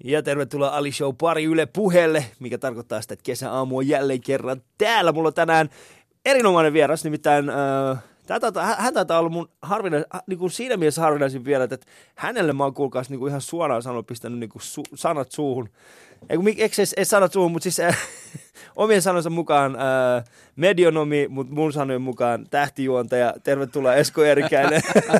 Ja tervetuloa Ali Show pari Yle Puheelle, mikä tarkoittaa sitä, että kesäaamu on jälleen kerran täällä. Mulla on tänään erinomainen vieras, nimittäin hän taitaa olla mun niin siinä mielessä harvinaisin vierat, että hänelle mä oon kuulkaas niin ihan suoraan sanonut, pistänyt niin sanat suuhun. Eikö ei sanat suuhun, mutta siis omien sanonsa mukaan medionomi, mutta mun sanojen mukaan tähtijuontaja. Tervetuloa Esko Eerikäinen.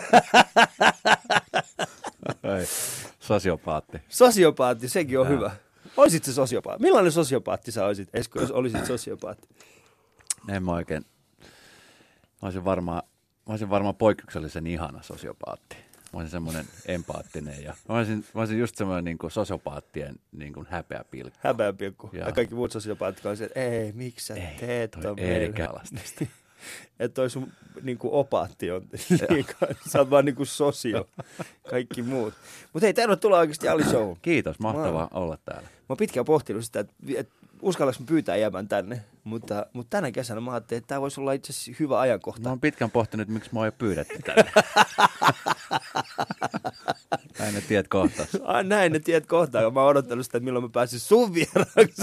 Sosiopaatti. Sosiopaatti, sekin on hyvä. Oisit se sosiopaatti? Millainen sosiopaatti sä olisit, Esko, jos olisit sosiopaatti? En mä oikein. Mä olisin varmaan poikkeuksellisen ihana sosiopaatti. Mä olisin semmoinen empaattinen ja mä olisin just semmoinen niin kuin sosiopaattien niin kuin häpeäpilkku. Häpeäpilkku. Ja kaikki muut sosiopaatit on se, että ei, miksi sä teet ton meille? Että toi sun niinku opaatti on liikaa. Sä oot vaan niinku sosio. Kaikki muut. Mutta hei, tervetuloa oikeasti Ali Showhun. Kiitos, mahtavaa olla täällä. Mä oon pitkään pohtinut sitä, että uskallanko mä pyytää jäämään tänne. Mutta tänä kesänä mä ajattelin, että tää voisi olla itse asiassa hyvä ajankohta. Mä oon pitkään pohtinut, miksi mä oon jo pyydetty tänne. Näin ne tiedät kohtaa. Näin ne tiedät kohtaa. Mä oon odottanut sitä, että milloin mä pääsin sun vieraaksi.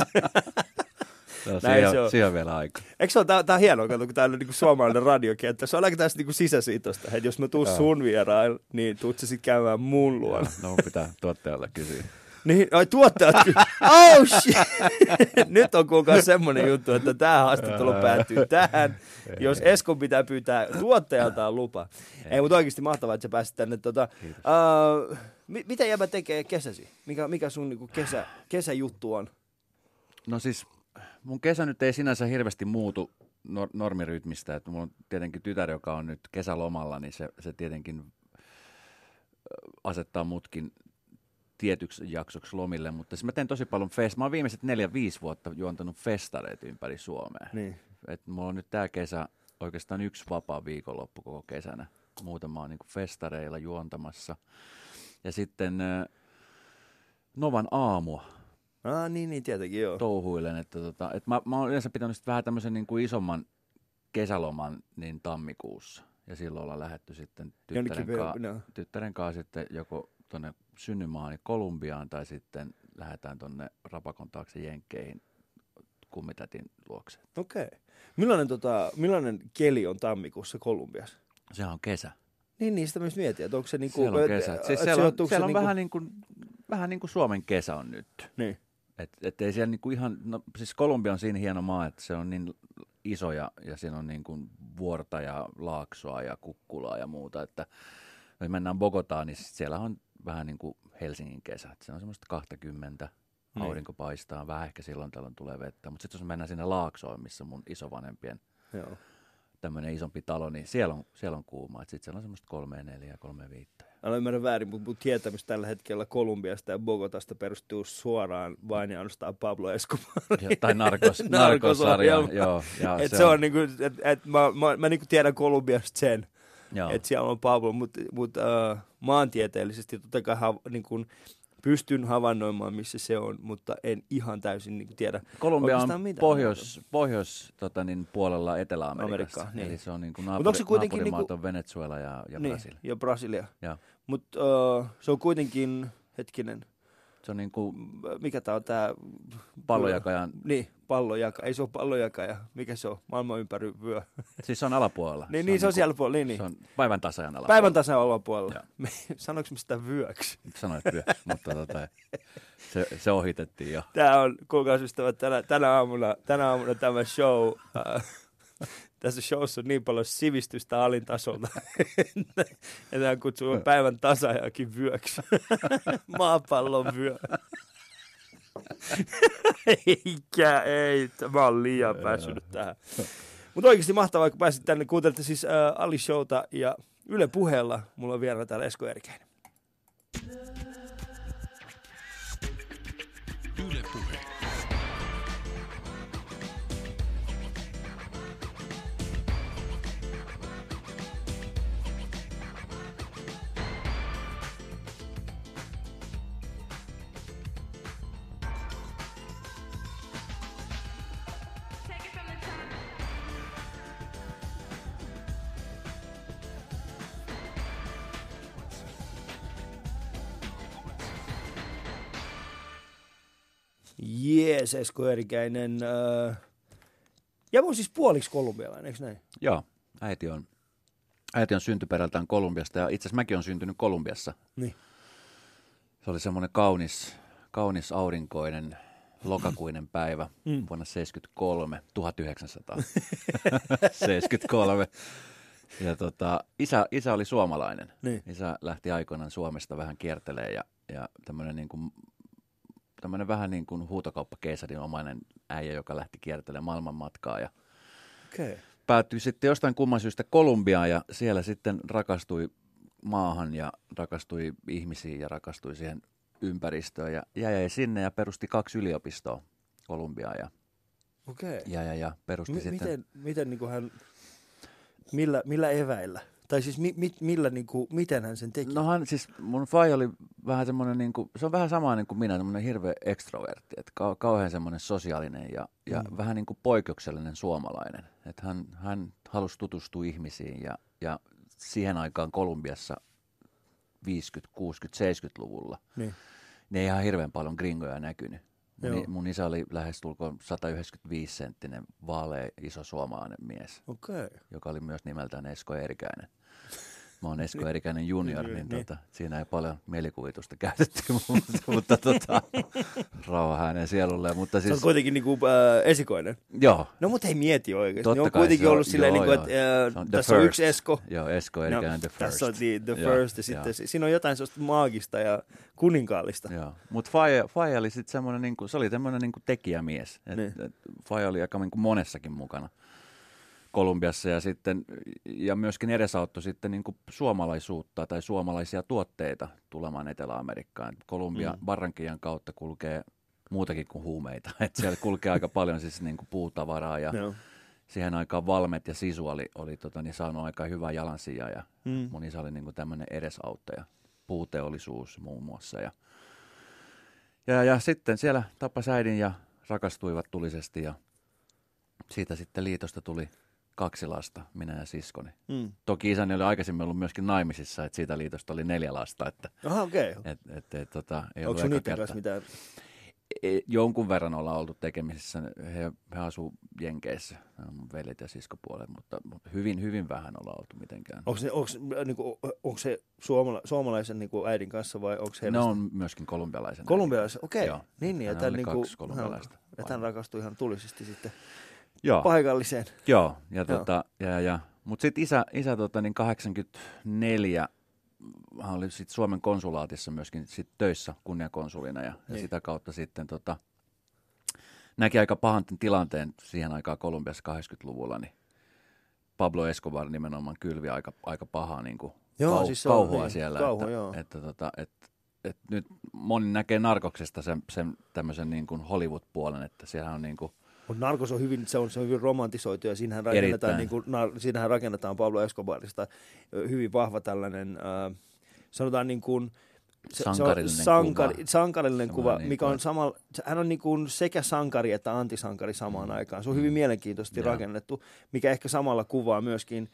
Siihen on vielä aika. Eikö se ole, tää on hienoa, kun täällä on niinku suomalainen radiokenttä. Se on aika tässä niinku sisäsiitosta, että jos mä tuun sun vieraille, niin tuut sä sit käymään mun luona. No mun pitää tuottajalle kysyä. Niin, tuottajat kyllä. Oh shit! Nyt on kuulkaa semmoinen juttu, että tämä haastattelu päättyy tähän. Jos Eskon pitää pyytää tuottajaltaan lupa. Ei, mutta oikeasti mahtavaa, että sä pääsit tänne. Mitä jäbä tekee kesäsi? Mikä sun niinku kesäjuttu on? No siis mun kesä nyt ei sinänsä hirveästi muutu normirytmistä. Että mulla on tietenkin tytär, joka on nyt kesälomalla, niin se tietenkin asettaa mutkin tietyksi jaksoksi lomille, mutta mä teen tosi paljon mä oon viimeiset 4-5 vuotta juontanut festareita ympäri Suomea. Niin. Et mulla on nyt tää kesä oikeastaan yksi vapaa viikonloppu koko kesänä. Muuten mä oon niinku festareilla juontamassa. Ja sitten Novan aamua. Niin, tietenkin joo. Touhuilen, että mä oon yleensä pitänyt vähän tämmöisen niinku isomman kesäloman niin tammikuussa. Ja silloin ollaan lähdetty sitten tyttären kanssa sitten joko tuonne synnymaani Kolumbiaan tai sitten lähdetään tuonne Rapakon taakse Jenkkeihin kummitätin luokse. Okei. Millainen keli on tammikuussa Kolumbiassa? Sehän on kesä. Niin sitä myös mietin, että onko se niinku... Siellä on kesä. Siis siellä on niinku vähän niin kuin Suomen kesä on nyt. Niin. Et ei siellä niinku ihan, siis Kolumbia on siinä hieno maa, että se on niin iso ja siinä on niin kuin vuorta ja laaksoa ja kukkulaa ja muuta, että jos mennään Bogotaan, niin siellä on vähän niin kuin Helsingin kesä. Se on semmoista 20, aurinko paistaa, vähän ehkä silloin tällöin tulee vettä. Mutta sitten jos mennään sinne Laaksoon, missä mun isovanhempien tämmöinen isompi talo, niin siellä on kuuma. Sitten siellä on semmoista 3, 4, 3, 5. Älä ymmärrä väärin, mutta mun tietämys tällä hetkellä Kolumbiasta ja Bogotasta perustuu suoraan vain ja ainoastaan Pablo Escobarin. Tai Narcos-sarja. Että se on niinku, että mä niinku tiedän Kolumbiasta sen. Että siellä on Pablo, mutta maantieteellisesti totta kai niin pystyn havainnoimaan, missä se on, mutta en ihan täysin niin tiedä. Kolumbia on pohjois puolella Etelä-Amerikassa. Niin. Eli se on niin kuin naapurimaat on Venezuela ja Brasilia. Ja Brasilia. Mutta se on kuitenkin, hetkinen, se on niin kuin... Mikä tää on tää... Pallojakajan... Niin, pallojakaja. Ei se ole pallojakaja. Mikä se on? Maailman ympäri vyö. Siis se on alapuolella. Niin, se on siellä puolella. Niin. Se on päivän tasajan alapuolella. Päivän tasajan alapuolella. Sanoinko mä sitä vyöksi? Sanoit vyö, mutta se ohitettiin jo. Tää on, kuukausiystävät, tänä aamuna tämä show... Tässä showssa on niin paljon sivistystä alintasolta, että hän kutsuu päivän tasaajakin vyöksi. Maapallon vyö. Ei, mä oon liian päässyt tähän. Mutta oikeasti mahtavaa, kun pääsit tänne. Kuuntelette siis Ali Showta ja Yle Puheella. Mulla on vieraana täällä Esko Eerikäinen. Yle Puhe. Jees, Esko Eerikäinen. Ja mä oon siis puoliksi kolumbialainen, eikö näin? Joo, äiti on syntyperältään Kolumbiasta ja itse asiassa mäkin olen syntynyt Kolumbiassa. Niin. Se oli semmoinen kaunis aurinkoinen lokakuinen päivä vuonna 1973. Ja isä oli suomalainen. Niin. Isä lähti aikoinaan Suomesta vähän kiertelemään ja tämmöinen vähän niin kuin huutokauppakeisarin omainen äijä, joka lähti kiertelemään maailmanmatkaa ja päätyi sitten jostain kumman syystä Kolumbiaan ja siellä sitten rakastui maahan ja rakastui ihmisiin ja rakastui siihen ympäristöön ja jäi sinne ja perusti 2 yliopistoa Kolumbiaan ja perusti sitten. Miten niin kuin hän, millä eväillä? Tai siis miten hän sen teki? No mun faija oli vähän semmoinen, niin kuin, se on vähän sama niin kuin minä, semmoinen hirveä ekstrovertti, että kauhean semmoinen sosiaalinen ja vähän niin kuin poikkeuksellinen suomalainen. Että hän halusi tutustua ihmisiin ja siihen aikaan Kolumbiassa 50-, 60-, 70-luvulla niin ei ihan hirveän paljon gringoja näkynyt. Mun isä oli lähestulkoon 195-senttinen, vaalea, iso suomalainen mies, joka oli myös nimeltään Esko Eerikäinen. Mä oon Esko Eerikäinen junior, niin siinä ei paljon mielikuvitusta käytetty, mutta rauha hänen sielulleen. Mutta siis, se on kuitenkin niinku, esikoinen. Joo. No mutta hei mieti oikeasti. Totta ne on kuitenkin ollut silleen, niinku, että tässä on yksi Esko. Joo, Esko Eerikäinen the first. Tässä on the first ja sitten siinä on jotain sellaista maagista ja kuninkaallista. Joo, mutta faija oli sitten semmoinen, niinku, se oli tämmöinen niinku tekijämies. Faija oli aika niinku monessakin mukana Kolumbiassa ja myöskin edesauttoi sitten niin kuin suomalaisuutta tai suomalaisia tuotteita tulemaan Etelä-Amerikkaan. Kolumbia Barranquillan kautta kulkee muutakin kuin huumeita. Et siellä kulkee aika paljon siis niin kuin puutavaraa ja siihen aikaan Valmet ja Sisu oli saanut aika hyvää jalansijaa ja mun isä oli niin kuin tämmöinen edesauttaja. Puuteollisuus muun muassa. Ja sitten siellä tapasi äidin ja rakastuivat tulisesti ja siitä sitten liitosta tuli 2 lasta, minä ja siskoni. Toki isäni oli aikaisemmin ollut myöskin naimisissa, että siitä liitosta oli 4 lasta. Aha, okei. Onko sun niiden kanssa mitään? Jonkun verran ollaan oltu tekemisissä. He asuu Jenkeissä, mun velit ja siskopuolet, mutta hyvin vähän ollaan oltu mitenkään. Onko se suomalaisen niinku äidin kanssa vai onko he? Ne on myöskin kolumbialaisen. Kolumbialaisen, okei. Niin, ja tämän niinku, 2 kolumbialaista. Ja hän rakastui ihan tulisesti sitten. Joo. Paikalliseen. Joo, mutta sitten isä 84 hän oli sitten Suomen konsulaatissa myöskin sit töissä kunniakonsulina ja sitä kautta sitten näki aika pahan tilanteen siihen aikaan Kolumbiassa 80-luvulla, niin Pablo Escobar nimenomaan kylvi aika pahaa niin kuin kauhua siellä. Että nyt moni näkee Narkoksesta sen tämmöisen niin kuin Hollywood-puolen, että siellä on niin kuin. Mutta Narcos on hyvin, se on hyvin romantisoitu ja siinähän rakennetaan Pablo Escobarista hyvin vahva tällainen, sanotaan niin kuin, sankarillinen kuva, mikä on samalla, hän on niin kuin sekä sankari että antisankari samaan aikaan. Se on hyvin mielenkiintoisesti rakennettu, mikä ehkä samalla kuvaa myöskin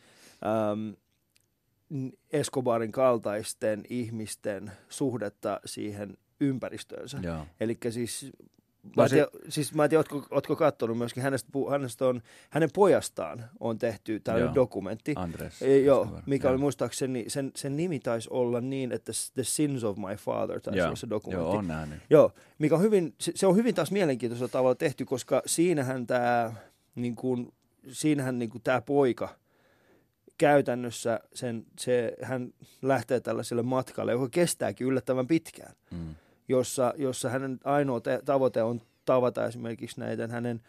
Escobarin kaltaisten ihmisten suhdetta siihen ympäristöönsä. Eli siis mä en tiedä, ootko katsonut myöskin, hänen pojastaan on tehty tällainen dokumentti. Andres. Mikä oli muistaakseni, sen nimi taisi olla niin, että The Sins of My Father taisi olla se dokumentti. Joo, on nähnyt. Joo, mikä on hyvin, se on hyvin taas mielenkiintoisella tavalla tehty, koska siinähän tämä poika käytännössä hän lähtee tällaiselle matkalle, joka kestääkin yllättävän pitkään. Jossa hänen ainoa tavoite on tavata esimerkiksi näiden hänen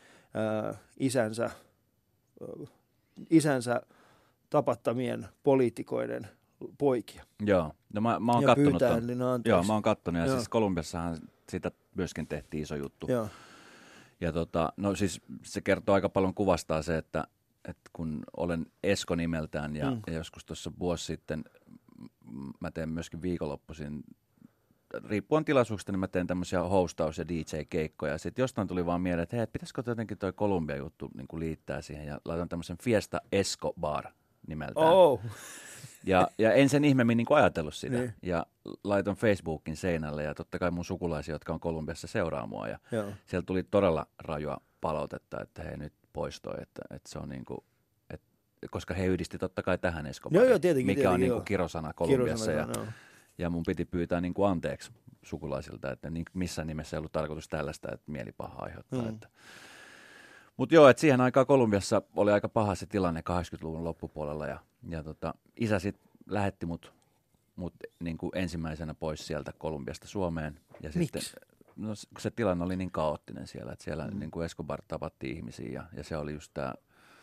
isänsä tapattamien poliitikoiden poikia. Joo, no mä oon kattonut Joo, mä oon kattonut ja siis Kolumbiassahan siitä myöskin tehtiin iso juttu. Joo. Ja no siis se kertoo aika paljon kuvastaa se, että kun olen Esko nimeltään ja joskus tuossa vuosi sitten mä teen myöskin viikonloppuisin riippuen tilaisuuksista, niin mä teen tämmöisiä hostaus- ja DJ-keikkoja. Sitten jostain tuli vaan mieleen, että hei, pitäisikö jotenkin toi Columbia-juttu niin kuin liittää siihen. Ja laitan tämmöisen Fiesta Escobar nimeltään. Oh. Ja en sen ihmeemmin niin ajatellut sitä. Niin. Ja laitoin Facebookin seinälle ja totta kai mun sukulaisia, jotka on Kolumbiassa, seuraa mua. Ja Joo. siellä tuli todella rajua palautetta, että hei nyt poistoi, että se on niin kuin, koska he yhdisti totta kai tähän Escobariin, Joo, tietenkin, mikä on niin joo. kuin kirosana Kolumbiassa. Kirosana, Ja mun piti pyytää niin kuin anteeksi sukulaisilta, että missään nimessä ei ollut tarkoitus tällaista, että mielipaha aiheuttaa. Mutta joo, että siihen aikaan Kolumbiassa oli aika paha se tilanne 80-luvun loppupuolella ja isä sitten lähetti mut niin kuin ensimmäisenä pois sieltä Kolumbiasta Suomeen. Ja sitten, no, se tilanne oli niin kaoottinen siellä, että siellä niin kuin Escobar tapatti ihmisiä ja se oli just tämä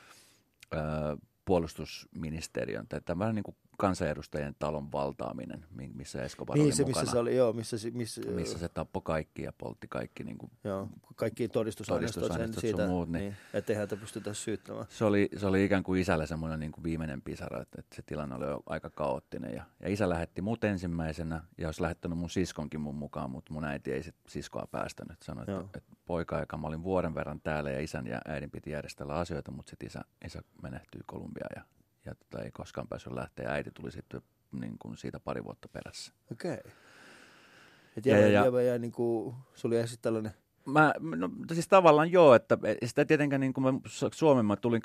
puolustusministeriön, tai vähän niin kuin kansanedustajien talon valtaaminen, missä Escobar oli se, mukana. missä se oli, joo, missä se tappoi kaikki ja poltti kaikki. Niin kuin joo, kaikki todistusaineistot siitä, muut, niin, ettei häntä pystytä syyttämään. Se oli ikään kuin isälle semmoinen niin kuin viimeinen pisara, että se tilanne oli jo aika kaoottinen. Ja isä lähetti mut ensimmäisenä, ja olisi lähettänyt mun siskonkin mun mukaan, mutta mun äiti ei sit siskoa päästänyt. Sanoi, että poika, joka mä olin vuoden verran täällä, ja isän ja äidin piti järjestellä asioita, mutta sitten isä menehtyi Kolumbiaan ja ei koskaan päässyt lähteä. Ja äiti tuli sitten niin kuin siitä pari vuotta perässä. Okei. Että jäi niin kuin, sulla jäi sitten tällainen... No siis tavallaan joo, että sitä tietenkään niin kuin Suomeen mä tulin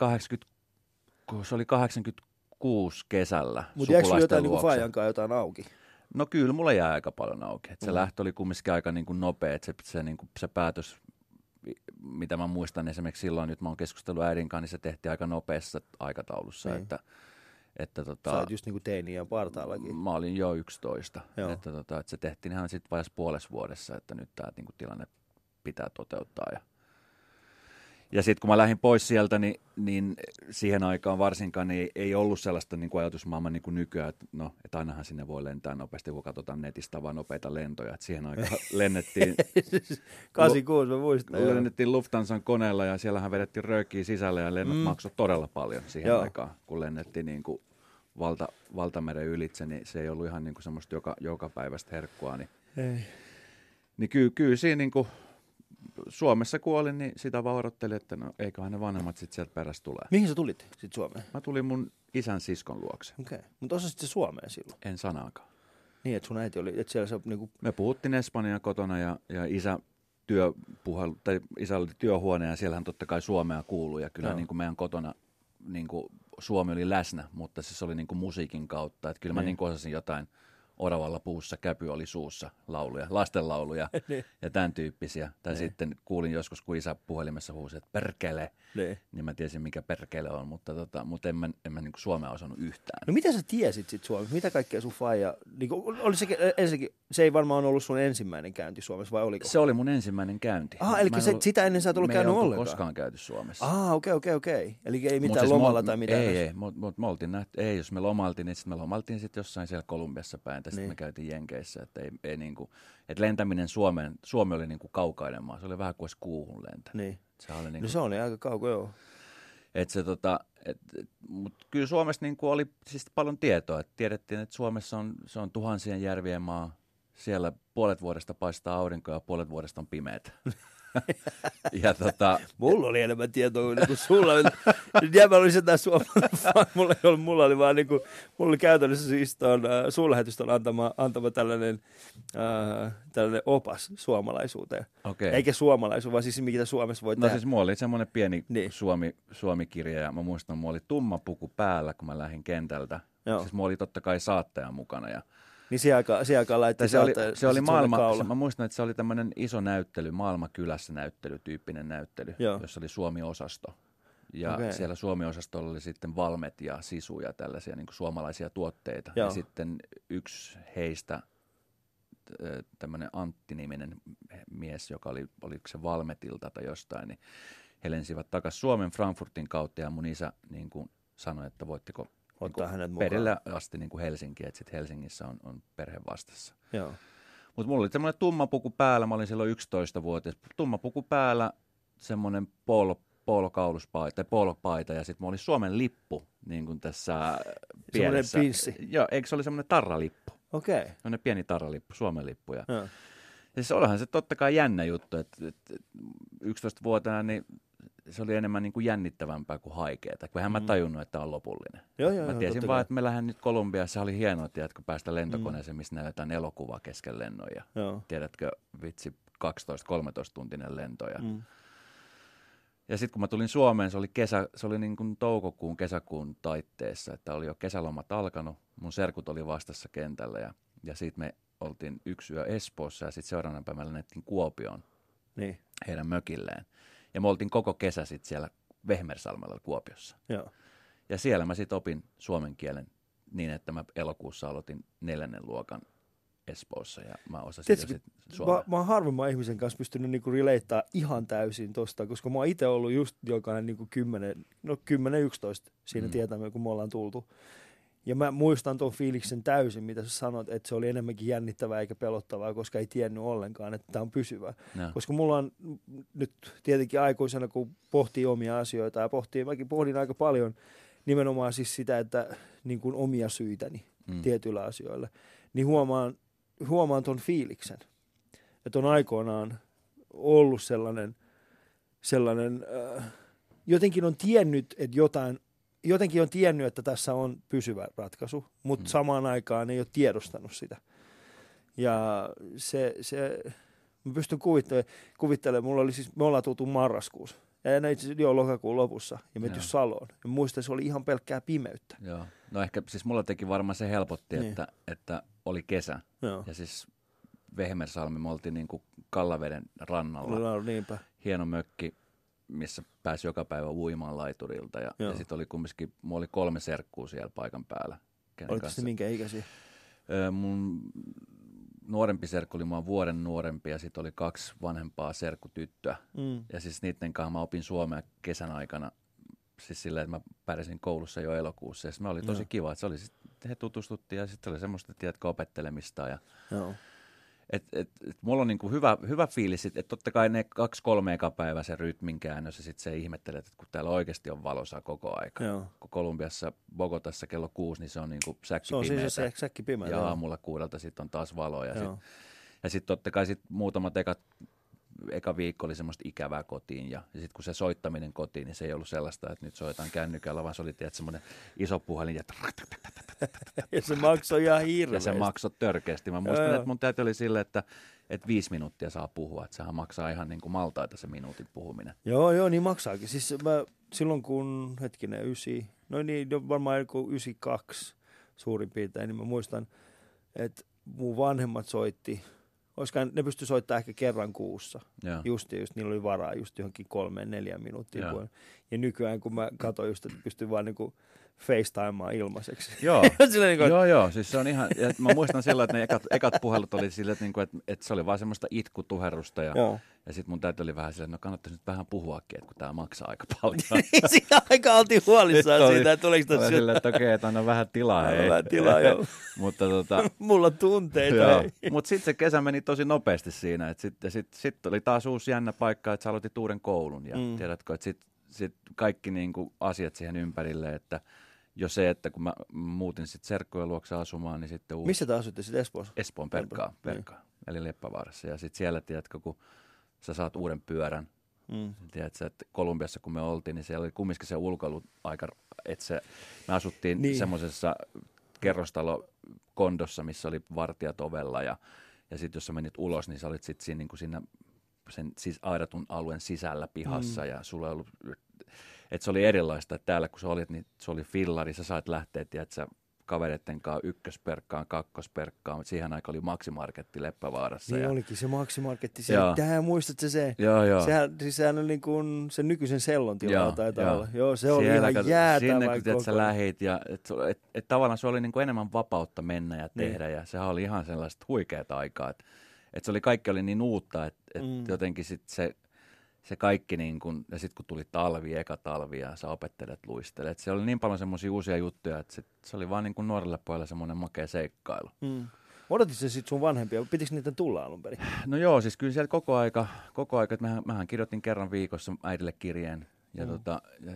86 kesällä. Mutta jäikö sulla jotain niin kuin Fajankaan jotain auki? No kyllä, mulla jäi aika paljon auki. Se lähtö oli kumminkin aika niin kuin nopea, että se päätös, mitä mä muistan esimerkiksi silloin, nyt mä oon keskustellut äidin kanssa, niin se tehtiin aika nopeassa aikataulussa. Niin. Sä olet just niin kuin teiniä partaallakin. Mä olin jo 11. Että se tehtiin ihan sitten vajassa puolessa vuodessa, että nyt tämä niin kuin tilanne pitää toteuttaa. Ja sitten kun mä lähdin pois sieltä, niin siihen aikaan varsinkaan niin ei ollut sellaista niin kuin ajatusmaailman niin kuin nykyään, että ainahan sinne voi lentää nopeasti, kun katsotaan netistä vaan nopeita lentoja. Et siihen aikaan lennettiin... 86 mä muistan. Lennettiin Lufthansan koneella ja siellähän vedettiin röökiä sisälle ja lennot maksoi todella paljon siihen aikaan, kun lennettiin niin kuin valtameren ylitse, niin se ei ollut ihan niin kuin semmoista joka päivästä herkkua. Niin kyllä siinä niin kuin Suomessa kuolin, niin sitä vaan odottelin, että no eiköhän ne vanhemmat sitten sieltä perässä tulee. Mihin sä tulit sitten Suomeen? Mä tulin mun isän siskon luokse. Okei. Mutta osasit se Suomeen silloin? En sanaakaan. Niin, että sun äiti oli, että siellä se niinku... Me puhuttiin Espanjaa kotona ja isä oli työhuone ja siellähän totta kai suomea kuuluu ja kyllä niin kuin meidän kotona niin kuin suomi oli läsnä, mutta se oli niin kuin musiikin kautta. Että kyllä mä niin kuin osasin jotain Oravalla puussa, käpy oli suussa lauluja, lastenlauluja ja tämän tyyppisiä. Tai sitten kuulin joskus, kun isä puhelimessa huusi, että perkele, niin mä tiesin, mikä perkele on, mutta en mä niin kuin suomea osannut yhtään. No mitä sä tiesit sitten Suomessa? Mitä kaikkea sun faija, niin oli ensinnäkin, se ei varmaan ollut sun ensimmäinen käynti Suomessa, vai oliko? Se oli mun ensimmäinen käynti. Eli sitä ennen sä et ollut käynyt ollenkaan? Koskaan käyty Suomessa. Okei. Eli ei mitään lomalla tai mitään? Ei, me oltiin nähty, jos me lomailtiin, niin sitten me lomailtiin sitten jossain siellä Kolumbiassa päin, sitten me käytiin Jenkeissä, että ei niinku, että lentäminen Suomi oli niinku kaukainen maa, se oli vähän kuin olisi kuuhun lentä. Niin. Se oli niinku, no se oli aika kauko, joo. Mutta kyllä Suomessa niinku oli siis paljon tietoa, että tiedettiin, että Suomessa se on tuhansien järvien maa, siellä puolet vuodesta paistaa aurinko ja puolet vuodesta on pimeätä. Mulla oli enemmän tietoa kuin sulla. Mä olin sitä suomalainen. Mulla oli vaan mulla oli käytännössä siis suurlähetystön antama tällainen opas suomalaisuuteen. Okay. Eikä suomalaisuus, vaan siis mitä Suomessa voi tehdä. No siis mulla oli semmoinen pieni Suomi-kirja ja mä muistan, mulla oli tumma puku päällä, kun mä lähdin kentältä. Siis mulla oli totta kai saattaja mukana ja niin siihen aikaan laittiin se oli maailma, mä muistan, että se oli tämmöinen iso näyttely, Maailmakylässä näyttelytyyppinen näyttely, jossa oli Suomi-osasto. Ja siellä Suomi-osastolla oli sitten Valmet ja Sisu ja tällaisia niin kuin suomalaisia tuotteita. Ja sitten yksi heistä, tämmöinen Antti-niminen mies, joka oliko se Valmetilta tai jostain, niin he lensivät takaisin Suomen Frankfurtin kautta ja mun isä niin kuin sanoi, että voitteko ottaa hänet mukaan. Perille asti niin kuin Helsinkiin, että sitten Helsingissä on perhe vastassa. Joo. Mutta mulla oli semmoinen tumma puku päällä, mä olin silloin 11-vuotias. Tumma puku päällä, semmoinen poolopaita ja sitten mulla oli Suomen lippu niin kuin tässä pienessä. Semmoinen pinssi. Joo, eikö se oli semmoinen tarralippu? Okei. Semmoinen pieni tarralippu, Suomen lippu. Ja siis olihan se totta kai jännä juttu, että 11-vuotiaana niin se oli enemmän niin kuin jännittävämpää kuin haikeeta, kun eihän mä tajunnut, että tämä on lopullinen. Mä tiesin vaan, että me lähden nyt Kolumbiassa, se oli hienoa, tiedätkö, päästä lentokoneeseen, missä näytetään elokuva kesken lennon ja tiedätkö, vitsi, 12-13 tuntinen lento. Ja sitten kun mä tulin Suomeen, se oli niin kuin toukokuun, kesäkuun taitteessa, että oli jo kesälomat alkanut, mun serkut oli vastassa kentällä ja siitä me oltiin yksi yö Espoossa ja sitten seuraavana päivänä lennettiin Kuopioon heidän mökilleen. Ja me oltiin koko kesä sitten siellä Vehmersalmella Kuopiossa. Joo. Ja siellä mä sitten opin suomen kielen niin, että mä elokuussa aloitin 4. luokan Espoossa ja mä osasin jo sitten suomea. Mä oon harvemman ihmisen kanssa pystynyt niinku relateaa ihan täysin tosta, koska mä oon itse ollut just jokainen niinku 10-11 siinä tietämme, kun me ollaan tultu. Ja mä muistan tuon fiiliksen täysin, mitä sä sanot, että se oli enemmänkin jännittävää eikä pelottavaa, koska ei tiennyt ollenkaan, että tämä on pysyvä. No. Koska mulla on nyt tietenkin aikuisena, kun pohtii omia asioita ja mäkin pohdin aika paljon nimenomaan siis sitä, että niin kuin omia syitäni tietyillä asioilla, niin huomaan ton fiiliksen. Että on aikoinaan ollut sellainen jotenkin on tiennyt, että jotenkin on tiennyt, että tässä on pysyvä ratkaisu, mutta samaan aikaan ei ole tiedostanut sitä. Ja mä pystyn kuvittelemaan, me ollaan tultu marraskuussa, ja itse asiassa jo lokakuun lopussa, ja menty Saloon. Ja muistan, se oli ihan pelkkää pimeyttä. Joo. No ehkä siis mulla teki varmaan se helpotti, että oli kesä. Joo. Ja siis Vehmersalmi, me oltiin niin kuin Kallaveden rannalla. Niinpä. Hieno mökki, missä pääsi joka päivä uimaan laiturilta. Ja sitten oli kumminkin, mulla oli 3 serkkuu siellä paikan päällä. Oliko se minkä ikäisiä? Mun nuorempi serkku oli mua vuoden nuorempi ja sitten oli 2 vanhempaa serkkutyttöä. Ja siis niiden kanssa mä opin suomea kesän aikana. Siis silleen, että mä pärjäsin koulussa jo elokuussa. Ja me oli tosi kiva, että se oli he tutustuttiin ja sitten oli semmoista, tiedätkö, opettelemista. Ja mulla on niinku hyvä fiilis, että totta kai ne 2-3 eka päivä se rytmin käännös ja sitten se ihmettelee, että kun täällä oikeasti on valossa koko aika. Joo. Kun Kolumbiassa, Bogotassa kello 6, niin se on niinku säkkipimeätä. Se on siis säkkipimeätä. Ja aamulla 6 sitten on taas valo. Ja sitten totta kai muutamat eka viikko oli semmoista ikävää kotiin ja sitten kun se soittaminen kotiin, niin se ei ollut sellaista, että nyt soitan kännykällä, vaan se oli semmoinen iso puhelin ja se maksoi ihan hirveästi. Ja se maksoi törkeästi. Mä muistan, että mun täytyy oli silleen, että 5 minuuttia saa puhua, että sehän maksaa ihan niin kuin maltaita se minuutin puhuminen. Joo, niin maksaakin. Siis silloin kun, varmaan 92 suurin piirtein, niin mä muistan, että mun vanhemmat soitti, ne pystyi soittamaan ehkä kerran kuussa. Just niillä oli varaa just johonkin 3-4 minuuttia. Ja nykyään kun mä katsoin just, että pystyn vaan niinku FaceTimeaan ilmaiseksi. Joo, joo, siis se on ihan, ja mä muistan silloin, että ne ekat puhelut oli silleen, että se oli vaan semmoista itkutuherrusta ja sitten mun täytyy oli vähän silleen, että no kannattaisi nyt vähän puhuakin, että kun tää maksaa aika paljon. Siinä aika oltiin huolissaan siitä, että tuleeko tässä silleen, että okei, että anna vähän tilaa. Vähän tilaa, joo. Mutta mulla on tunteita. Mutta sitten se kesä meni tosi nopeasti siinä, että sitten oli taas uusi jännä paikka, että sä aloitit uuden koulun ja tiedätkö, että sitten kaikki niinku asiat siihen ympärille, että jo se, että kun mä muutin sitten serkkujen luokse asumaan, niin sitten Missä te asutte sitten Espoossa? Espoon Perkaa, eli Leppävaarassa. Ja sitten siellä, tiedätkö, kun sä saat uuden pyörän, tiedätkö, että Kolumbiassa kun me oltiin, niin siellä oli kumminkin se ulkoilu aika, että me asuttiin semmoisessa kerrostalokondossa, missä oli vartijat ovella ja sitten jos sä menit ulos, niin sä olit sitten siinä, niin siinä sen siis aidatun alueen sisällä pihassa ja sulla ei ollut, että se oli erilaista, että täällä kun sä olit, niin se oli fillari, sä sait lähteä, tiedätkö, kavereitten kanssa 1-perkkaan, 2-perkkaan, mutta siihen aikaan oli Maximarketti Leppävaarassa. Niin olikin se Maximarketti, tähän muistatko se? Joo. Sehän on niin kuin sen nykyisen sellon tilalla taitaa olla. Joo, se oli ihan jäätävä. Sinne kun sä lähit ja et tavallaan se oli niin kuin enemmän vapautta mennä ja tehdä ja sehän oli ihan sellaista huikeata aikaa, että kaikki oli niin uutta, että jotenkin sitten se kaikki niin kuin, ja sitten kun tuli eka talvi ja sä opettelet luistelet, se oli niin paljon semmoisia uusia juttuja, että se oli vaan niin kuin nuorelle pojalle semmoinen makea seikkailu. Odotit se sitten sun vanhempia, pitikö niitä tulla alun perin? No joo, siis kyllä siellä koko aika että mähän kirjoitin kerran viikossa äidille kirjeen, ja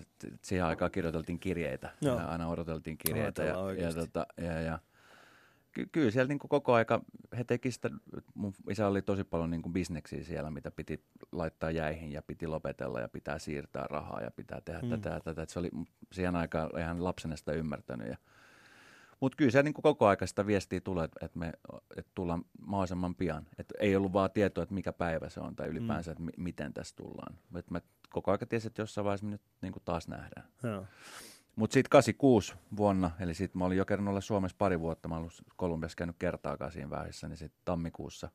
siihen aikaan kirjoiteltiin kirjeitä, ja aina odoteltiin kirjeitä, ja Kyllä siellä niin kuin koko aika, he teki sitä, mun isä oli tosi paljon niin kuin bisneksiä siellä, mitä piti laittaa jäihin ja piti lopetella ja pitää siirtää rahaa ja pitää tehdä tätä ja tätä. Et se oli siihen aikaan ihan lapsena sitä ymmärtänyt. Mutta kyllä se niin kuin koko aika sitä viestiä tulee, että tullaan mahdollisimman pian. Et ei ollut vaan tietoa, että mikä päivä se on tai ylipäänsä, että miten tässä tullaan. Et mä koko aika tiesin, että jossain vaiheessa me nyt niin kuin taas nähdään. Mutta sitten 86 vuonna, eli sitten mä olin jo kerran olla Suomessa pari vuotta, mä olin Kolumbiassa käynyt kertaakaan siinä välissä, niin sitten tammikuussa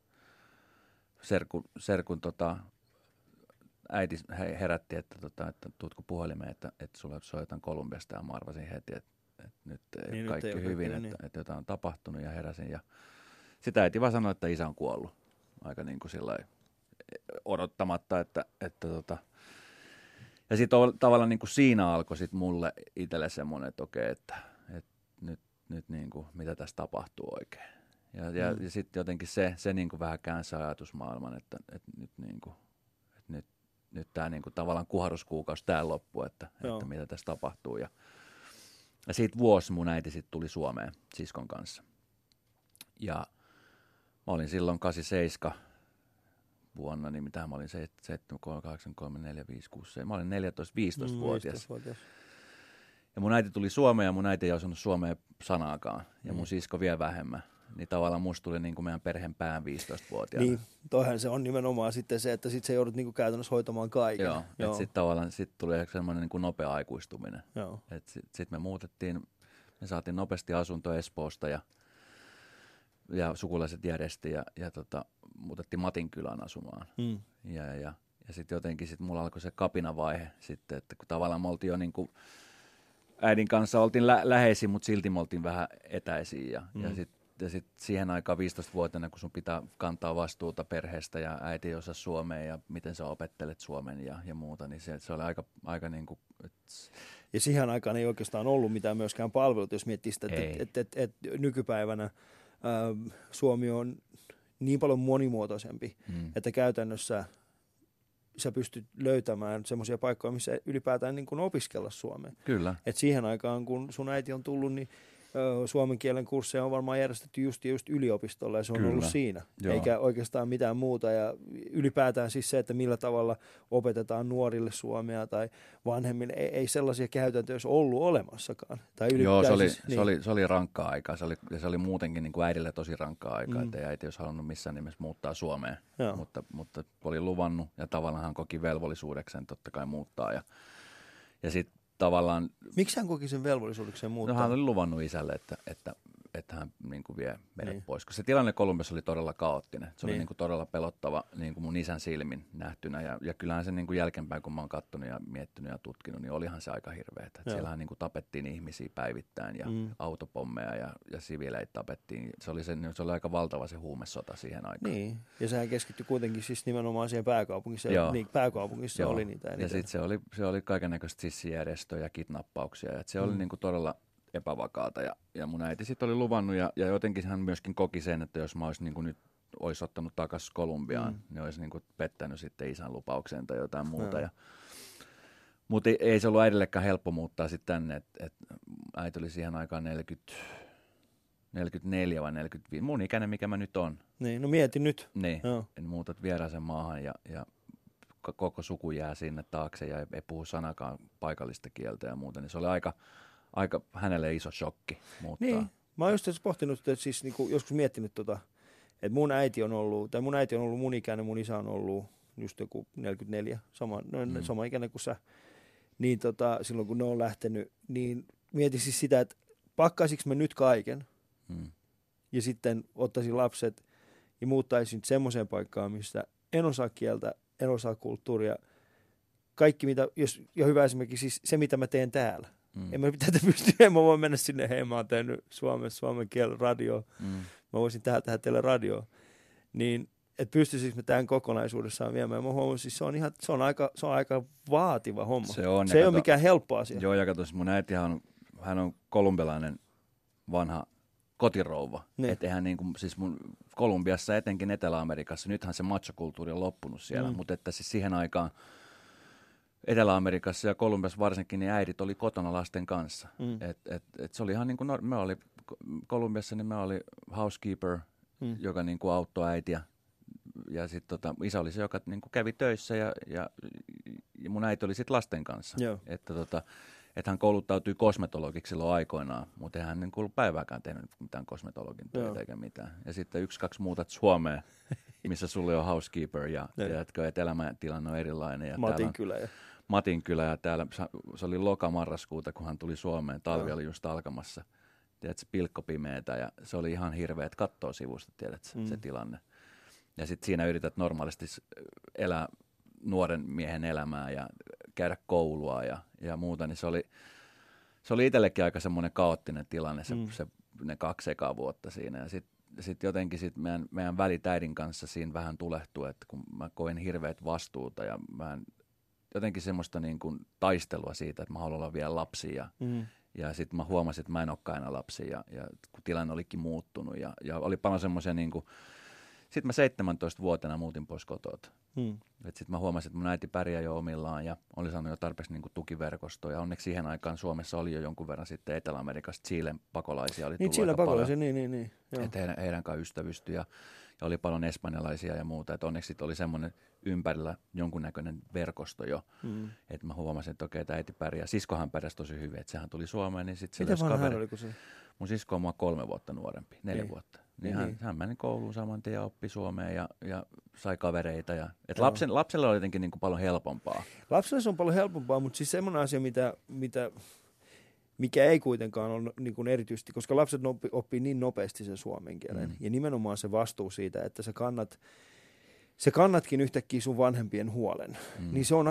serkun äiti herätti, että tuutko puhelimeen, että sulle soitan Kolumbiasta, ja mä arvasin heti, että nyt ei niin, kaikki nyt ei hyvin, että jotain on tapahtunut, ja heräsin. Ja sitä äiti vaan sanoi, että isä on kuollut, aika niin kuin sillä odottamatta, että ja sitten tavallaan niin kuin siinä alkoi sit mulle itselle semmoinen, että okei, että nyt niin kuin, mitä tässä tapahtuu oikein. Ja sitten jotenkin se niin kuin vähän käänsi ajatusmaailman, että nyt niin kuin, nyt tämä niin kuin tavallaan kuharuskuukausi täällä loppuu, että mitä tässä tapahtuu. Ja siitä vuosi mun äiti sitten tuli Suomeen siskon kanssa. Ja mä olin silloin 87 vuonna, niin mitähän mä olin 7, 8, 3, 4, 5, 6, 7. Mä olin 14-15-vuotias. Ja mun äiti tuli Suomeen ja mun äiti ei osannut suomea sanaakaan. Ja mun sisko vielä vähemmän. Niin tavallaan musta tuli niin kuin meidän perheen pään 15-vuotiaana. Niin, toihan se on nimenomaan sitten se, että sit sä joudut niin kuin käytännössä hoitamaan kaiken. Joo. Että sitten tavallaan tuli semmoinen niin kuin nopea aikuistuminen. Että sitten me muutettiin, me saatiin nopeasti asunto Espoosta ja sukulaiset järjesti ja muutettiin Matinkylään asumaan. Ja sitten jotenkin mulla alkoi se kapinavaihe sitten, että kun tavallaan me oltiin jo niin kuin äidin kanssa oltiin läheisiä, mutta silti me oltiin vähän etäisiä. Ja sitten siihen aikaan 15-vuotiaana, kun sun pitää kantaa vastuuta perheestä ja äiti ei osaa suomea ja miten sä opettelet suomen ja muuta, niin se oli aika niin kuin... Ja siihen aikaan ei oikeastaan ollut mitään myöskään palvelut, jos miettii sitä, että nykypäivänä Suomi on niin paljon monimuotoisempi, että käytännössä sä pystyt löytämään semmoisia paikkoja, missä ylipäätään niin kuin opiskella suomea. Kyllä. Et siihen aikaan, kun sun äiti on tullut, niin suomen kielen kursseja on varmaan järjestetty just yliopistolla ja se on ollut siinä, eikä oikeastaan mitään muuta. Ja ylipäätään siis se, että millä tavalla opetetaan nuorille suomea tai vanhemmille, ei sellaisia käytäntöjä ollut olemassakaan. Tai se oli rankkaa aikaa, se oli muutenkin niin kuin äidille tosi rankkaa aikaa, että äiti olisi halunnut missään nimessä muuttaa Suomeen, mutta oli luvannut ja tavallaan hän koki velvollisuudekseen totta kai muuttaa ja sitten tavallaan... Miksi hän koki sen velvollisuudekseen muuttaa? No hän oli luvannut isälle, että hän niin kuin vie meidät pois. Koska se tilanne Kolumbiassa oli todella kaoottinen. Se oli niin kuin todella pelottava niin kuin mun isän silmin nähtynä. Ja kyllähän se niin kuin jälkeenpäin, kun mä oon katsonut ja miettinyt ja tutkinut, niin olihan se aika hirveetä. Siellähän niin kuin tapettiin ihmisiä päivittäin ja autopommeja ja siviileitä tapettiin. Se oli aika valtava se huumesota siihen aikaan. Niin, ja sehän keskittyi kuitenkin siis nimenomaan siihen pääkaupungissa. Niin, pääkaupungissa oli niitä eniten. Ja sitten se oli kaikennäköistä sissijärjestöjä ja kidnappauksia. Ja se oli niin kuin todella epävakaata ja mun äiti sitten oli luvannut ja jotenkin hän myöskin koki sen, että jos mä olisin niin kuin nyt olisi ottanut takaisin Kolumbiaan, niin olisi niin kuin pettänyt sitten isän lupaukseen tai jotain muuta. Mutta ei se ollut äidillekään helppo muuttaa sitten tänne, että äiti oli siihen aikaan 44 vai 45, mun ikäinen mikä mä nyt on. Niin, no mieti nyt. Niin, en muutat vieraaseen maahan ja koko suku jää sinne taakse ja ei puhu sanakaan paikallista kieltä ja muuta, niin se oli aika hänelle iso shokki muuttaa. Niin, mä oon just pohtinut, että siis niinku joskus miettinyt että mun äiti on ollut mun ikäinen, mun isä on ollut just joku 44, sama ikäinen kuin sä, niin silloin kun ne on lähtenyt, niin mietin siis sitä, että pakkaisinko mä nyt kaiken ja sitten ottaisin lapset ja muuttaisin semmoiseen paikkaan, missä en osaa kieltä, en osaa kulttuuria, kaikki mitä, ja hyvä esimerkiksi siis se mitä mä teen täällä. En mä pitää pystyä, en mä voi mennä sinne, hei mä oon tehnyt suomen kielen radioa, mä voisin tehdä teille radioa. Niin, että pystyisikö me tämän kokonaisuudessaan viemään. Mä huomasin, se on aika vaativa homma. Se ei ole mikään helppo asia. Joo, ja katso, mun äiti hän on kolumbialainen vanha kotirouva. Että eihän niin kuin, siis mun Kolumbiassa etenkin Etelä-Amerikassa, nythän se machokulttuuri on loppunut siellä, mutta että siis siihen aikaan Etelä-Amerikassa ja Kolumbiassa varsinkin, niin äidit oli kotona lasten kanssa. Et se oli ihan niin kuin, me oli Kolumbiassa niin mä olin housekeeper, joka niin kuin auttoi äitiä. Ja sitten isä oli se, joka niin kuin kävi töissä ja mun äiti oli sitten lasten kanssa. Että hän kouluttautui kosmetologiksi silloin aikoinaan, mutta eihän hän niin ollut päivääkään tehnyt mitään kosmetologin töitä eikä mitään. Ja sitten 1-2 muutat Suomeen, missä sulla on housekeeper ja että elämäntilanne on erilainen. Ja Matinkylä ja täällä se oli loka-marraskuuta, kun hän tuli Suomeen. Talvi oli just alkamassa. Tiedätkö, pilkkopimeetä ja se oli ihan hirveä, että katsoo sivusta, tiedätkö, se tilanne. Ja sitten siinä yrität normaalisti elää nuoren miehen elämää ja käydä koulua ja muuta, niin se oli itsellekin aika semmoinen kaoottinen tilanne ne 2 ekaa vuotta siinä. Ja sitten jotenkin meidän välit äidin kanssa siinä vähän tulehtui, että kun mä koin hirveät vastuuta ja jotenkin semmoista niin kuin taistelua siitä, että mä haluan olla vielä lapsi ja sitten mä huomasin, että mä en olekaan aina lapsi ja kun tilanne olikin muuttunut ja oli paljon semmoisia niin kuin sitten mä 17-vuotiaana muutin pois kotoa. Sitten mä huomasin, että mun äiti pärjää jo omillaan ja oli saanut jo tarpeeksi niin kuin tukiverkostoa. Ja onneksi siihen aikaan Suomessa oli jo jonkun verran sitten Etelä-Amerikasta Chilen pakolaisia. Oli tullut Chilen pakolaisia, niin. Että heidän kanssa ystävystyi ja oli paljon espanjalaisia ja muuta. Että onneksi oli semmoinen ympärillä jonkunnäköinen verkosto jo. Että mä huomasin, että okei, että äiti pärjää. Siskohan pärjäsi tosi hyvin, että sehän tuli Suomeen. Niin sit miten vanha hän oli, kun se? Mun sisko on mua 3 vuotta nuorempi, 4 vuotta. Niin hän meni kouluun saman tien ja oppi Suomeen ja sai kavereita. Lapsella oli jotenkin niin kuin paljon helpompaa. Lapsella se on paljon helpompaa, mutta siis semmoinen asia, mikä ei kuitenkaan ole niin kuin erityisesti, koska lapset oppii niin nopeasti sen suomen kielen. Ja nimenomaan se vastuu siitä, että sä kannatkin yhtäkkiä sun vanhempien huolen. Niin se on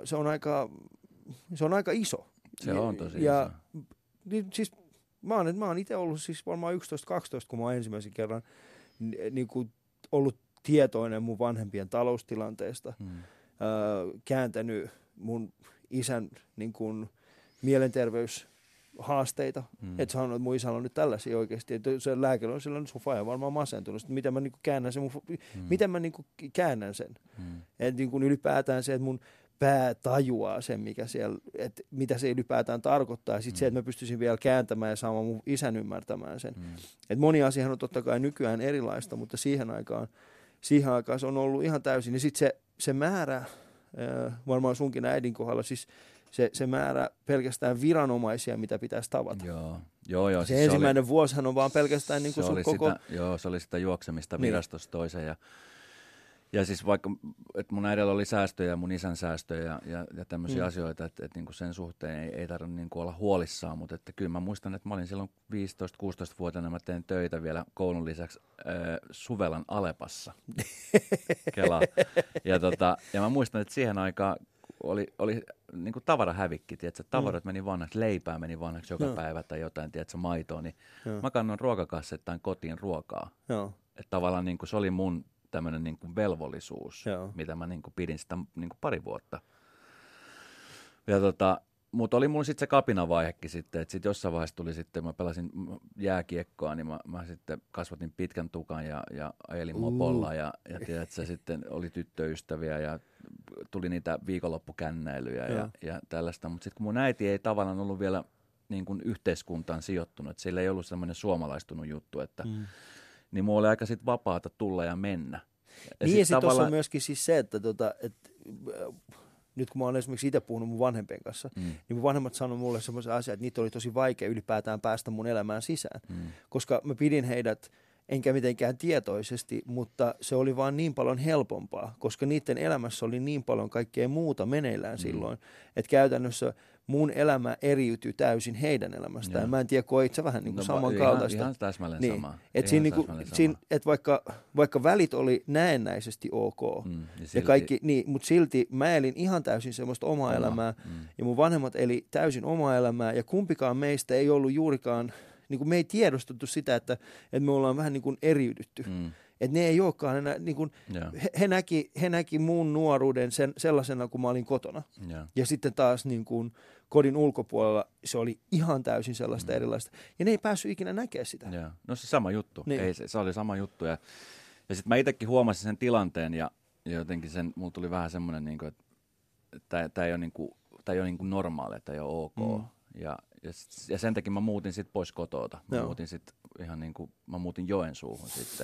aika iso. Se on tosi iso. Niin, siis mä oon itse ollut siis varmaan 11-12, kun mä oon ensimmäisen kerran niin kuin ollut tietoinen mun vanhempien taloustilanteesta, kääntänyt mun isän niin kuin mielenterveyshaasteita, että sanonut, että mun isällä on nyt tällaisia oikeasti, että se lääkäri on sellainen sun faija varmaan masentunut, että miten mä niin kuin käännän sen, että niin kuin ylipäätään se, että mun pää tajuaa sen, että mitä se ylipäätään tarkoittaa. Ja sitten se, että mä pystyisin vielä kääntämään ja saamaan mun isän ymmärtämään sen. Et moni asiahan on totta kai nykyään erilaista, mutta siihen aikaan se on ollut ihan täysin. Ja sitten se määrä, varmaan sunkin äidin kohdalla, siis se määrä pelkästään viranomaisia, mitä pitäisi tavata. Joo. Se ensimmäinen vuosihan on vaan pelkästään niin kuin sun koko... Se oli sitä juoksemista virastosta toiseen ja siis vaikka, että mun äidillä oli säästöjä, mun isän säästöjä ja tämmöisiä asioita, että niin kuin sen suhteen ei tarvitse niin kuin olla huolissaan, mutta että kyllä mä muistan, että mä olin silloin 15-16-vuotiaana, mä tein töitä vielä koulun lisäksi Suvelan Alepassa. Kela. Ja mä muistan, että siihen aikaan oli niin kuin tavarahävikki, tiedätkö, tavarat meni vanhaksi, leipää meni vanhaksi joka päivä tai jotain, tiedätkö, maitoa, niin mä kannoin ruokakassettain kotiin ruokaa. Että tavallaan niin kuin se oli mun tämmöinen niin kuin velvollisuus, mitä mä niin kuin pidin sitä niin kuin 2 vuotta. Mutta oli mulla sitten se kapinavaihekin sitten, että sitten jossain vaiheessa tuli sitten, mä pelasin jääkiekkoa, niin mä sitten kasvatin pitkän tukan ja ajelin mopolla ja tiedätkö, sitten oli tyttöystäviä ja tuli niitä viikonloppukännäilyjä ja tällaista. Mutta sitten kun mun äiti ei tavallaan ollut vielä niin kuin yhteiskuntaan sijoittunut, että sillä ei ollut semmoinen suomalaistunut juttu, että niin mulla oli aika sitten vapaata tulla ja mennä. Ja niin ja sitten tuossa on myöskin siis se, että nyt kun mä oon esimerkiksi itse puhunut mun vanhempien kanssa, niin mun vanhemmat sanoi mulle semmoisen asian, että niitä oli tosi vaikea ylipäätään päästä mun elämään sisään. Koska mä pidin heidät, enkä mitenkään tietoisesti, mutta se oli vaan niin paljon helpompaa, koska niiden elämässä oli niin paljon kaikkea muuta meneillään silloin, että käytännössä mun elämä eriytyi täysin heidän elämästään. Mä en tiedä, koit sä vähän niin kuin samankaltaista. Ihan täsmälleen samaa. Että et vaikka välit oli näennäisesti ok, ja kaikki, mutta silti mä elin ihan täysin semmoista omaa elämää, ja mun vanhemmat eli täysin omaa elämää, ja kumpikaan meistä ei ollut juurikaan, niin kuin me ei tiedostettu sitä, että me ollaan vähän niin kuin eriydytty. Että ne ei olekaan enää, niin kuin, he näki mun nuoruuden sellaisena, kun mä olin kotona. Ja sitten taas niin kuin, kodin ulkopuolella se oli ihan täysin sellaista erilaista. Ja ne ei päässyt ikinä näkemään sitä. No se sama juttu. Niin. Se oli sama juttu. Ja sitten mä itsekin huomasin sen tilanteen ja jotenkin mulla tuli vähän semmoinen, niin kuin, että tämä ei ole, niin kuin, normaali, että ei ole ok. ja sen takia mä muutin sitten pois kotoota. Mä muutin sitten ihan niin kuin, mä muutin Joensuuhun sitten.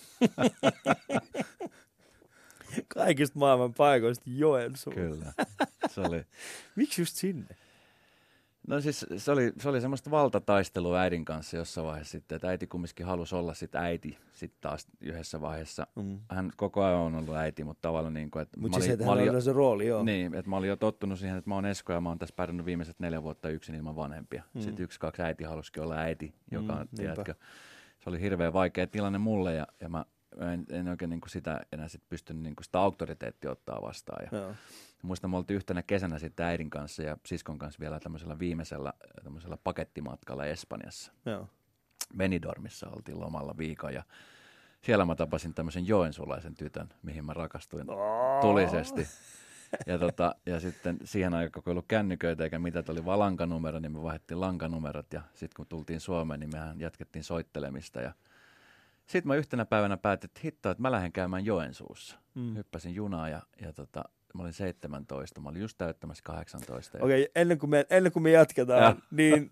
Kaikista maailman paikoista Joensuu. Kyllä. Se oli. Miksi just sinne? No siis se oli semmoista valtataistelua äidin kanssa jossain vaiheessa sitten, että äiti kumminkin halusi olla sitten äiti sitten taas yhdessä vaiheessa. Hän koko ajan on ollut äiti, mutta tavallaan niin kuin, että mutta siis hänellä se rooli, joo. Niin, että mä olin jo tottunut siihen, että mä oon Esko ja mä oon tässä pärjännyt viimeiset 4 vuotta yksin ilman vanhempia. Sitten 1-2 äiti halusikin olla äiti, joka on, tiedätkö, se oli hirveän vaikea tilanne mulle ja mä en oikein niin kuin sitä enää sit pystynyt niin kuin sitä auktoriteettia ottaa vastaan. Ja muistan, me oltiin yhtenä kesänä sitten äidin kanssa ja siskon kanssa vielä tämmöisellä viimeisellä pakettimatkalla Espanjassa. Joo. Benidormissa oltiin lomalla viikon ja siellä mä tapasin tämmöisen joensuulaisen tytön, mihin mä rakastuin tulisesti. Ja sitten siihen aikaan, kun ei ollut kännyköitä eikä mitään, oli vaan lankanumero, niin me vaihdettiin lankanumerot ja sitten kun tultiin Suomeen, niin mehän jatkettiin soittelemista ja sitten mä yhtenä päivänä päätin, että hitto, että mä lähden käymään Joensuussa. Hyppäsin junaa ja mä olin 17, mä olin just täyttämässä 18. Okei, ennen kuin me jatketaan, niin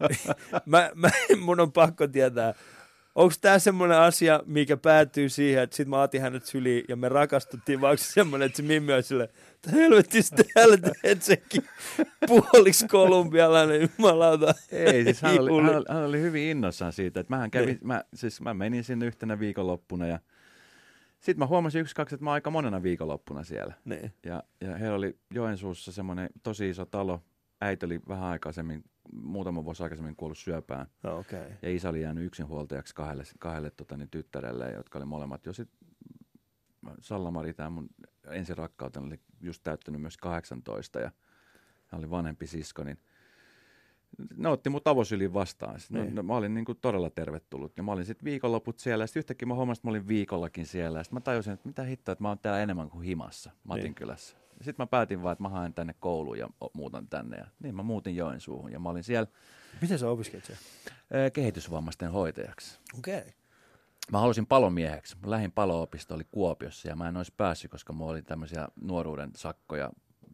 mun on pakko tietää, onko tämä semmoinen asia, mikä päätyy siihen, että sit mä otin hänet syliin ja me rakastuttiin, vai onko se semmoinen, että se Mimmi on silleen, että helvetistä täällä teet sekin puoliksi kolumbialainen, jumalauta. Ei, siis hän oli hyvin innossaan siitä, että mä menin sinne yhtenä viikonloppuna ja sitten mä huomasin 1-2, että mä oon aika monena viikonloppuna siellä. Niin. Ja heillä oli Joensuussa semmoinen tosi iso talo. Äiti oli vähän aikaisemmin, muutama vuosi aikaisemmin kuollut syöpään. Okay. Ja isä oli jäänyt yksinhuoltajaksi kahdelle tyttärelle, jotka oli molemmat jo sitten. Salla-Mari, tämä mun ensirakkauteni, oli just täyttänyt myös 18 ja hän oli vanhempi sisko, niin ne otti mut avosyliin vastaan. Mä olin niin kuin todella tervetullut ja mä olin sitten viikonloput siellä ja sitten yhtäkkiä mä huomasin, että mä olin viikollakin siellä ja sitten mä tajusin, että mitä hittoa, että mä oon täällä enemmän kuin himassa Matinkylässä. Sitten mä päätin vaan, että mä haen tänne kouluun ja muutan tänne ja niin mä muutin Joensuuhun ja mä olin siellä. Miten sä opiskelit siellä? Kehitysvammaisten hoitajaksi. Okei. Okay. Mä halusin palomieheksi. Mä lähdin palo-opisto, oli Kuopiossa ja mä en olisi päässyt, koska mulla oli tämmöisiä nuoruuden sakkoja,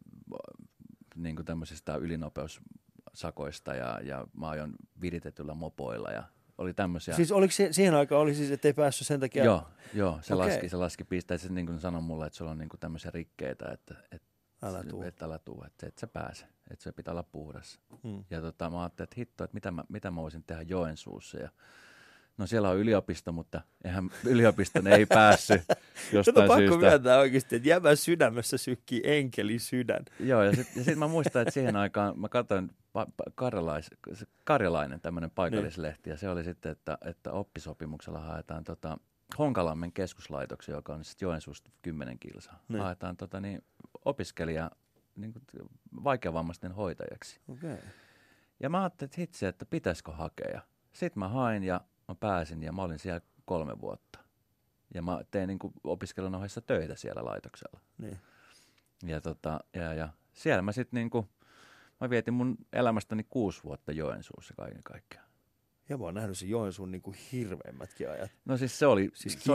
niin kuin tämmöisistä ylinopeussakoista ja mä ajoin viritetyllä mopoilla ja oli tämmöisiä. Siis oliko siihen aikaan, oli siis, ettei päässyt sen takia? Joo, se laski pisteet. Se niin kuin sanoi mulle, että sulla on niin kuin tämmöisiä rikkeitä, että älä tuu, että et sä pääse, että se pitää olla puhdas. Ja mä ajattelin, että hitto, että mitä mä voisin tehdä Joensuussa ja no siellä on yliopisto, mutta eihän yliopiston ei päässyt jostain syystä. Pakko myöntää oikeasti, että jävän sydämessä sykkii enkeli sydän. Joo, ja sit mä muistan, että siihen aikaan mä katsoin Karjalainen, tämmöinen paikallislehti, ja se oli sitten, että oppisopimuksella haetaan Honkalammen keskuslaitoksen, joka on sitten Joensuusta 10 kilsaa. Haetaan opiskelija niin vaikeavammaisten hoitajaksi. Okay. Ja mä ajattelin, että hitse, että pitäisikö hakea. Sitten mä hain ja mä pääsin ja mä olin siellä 3 vuotta. Ja mä tein niin kuin opiskelun ohessa töitä siellä laitoksella. Niin. Ja siellä mä sitten niin kuin, mä vietin mun elämästäni 6 vuotta Joensuussa kaiken kaikkiaan. Ja mä oon nähnyt sen Joensuun niin kuin hirveimmätkin ajat. No siis se oli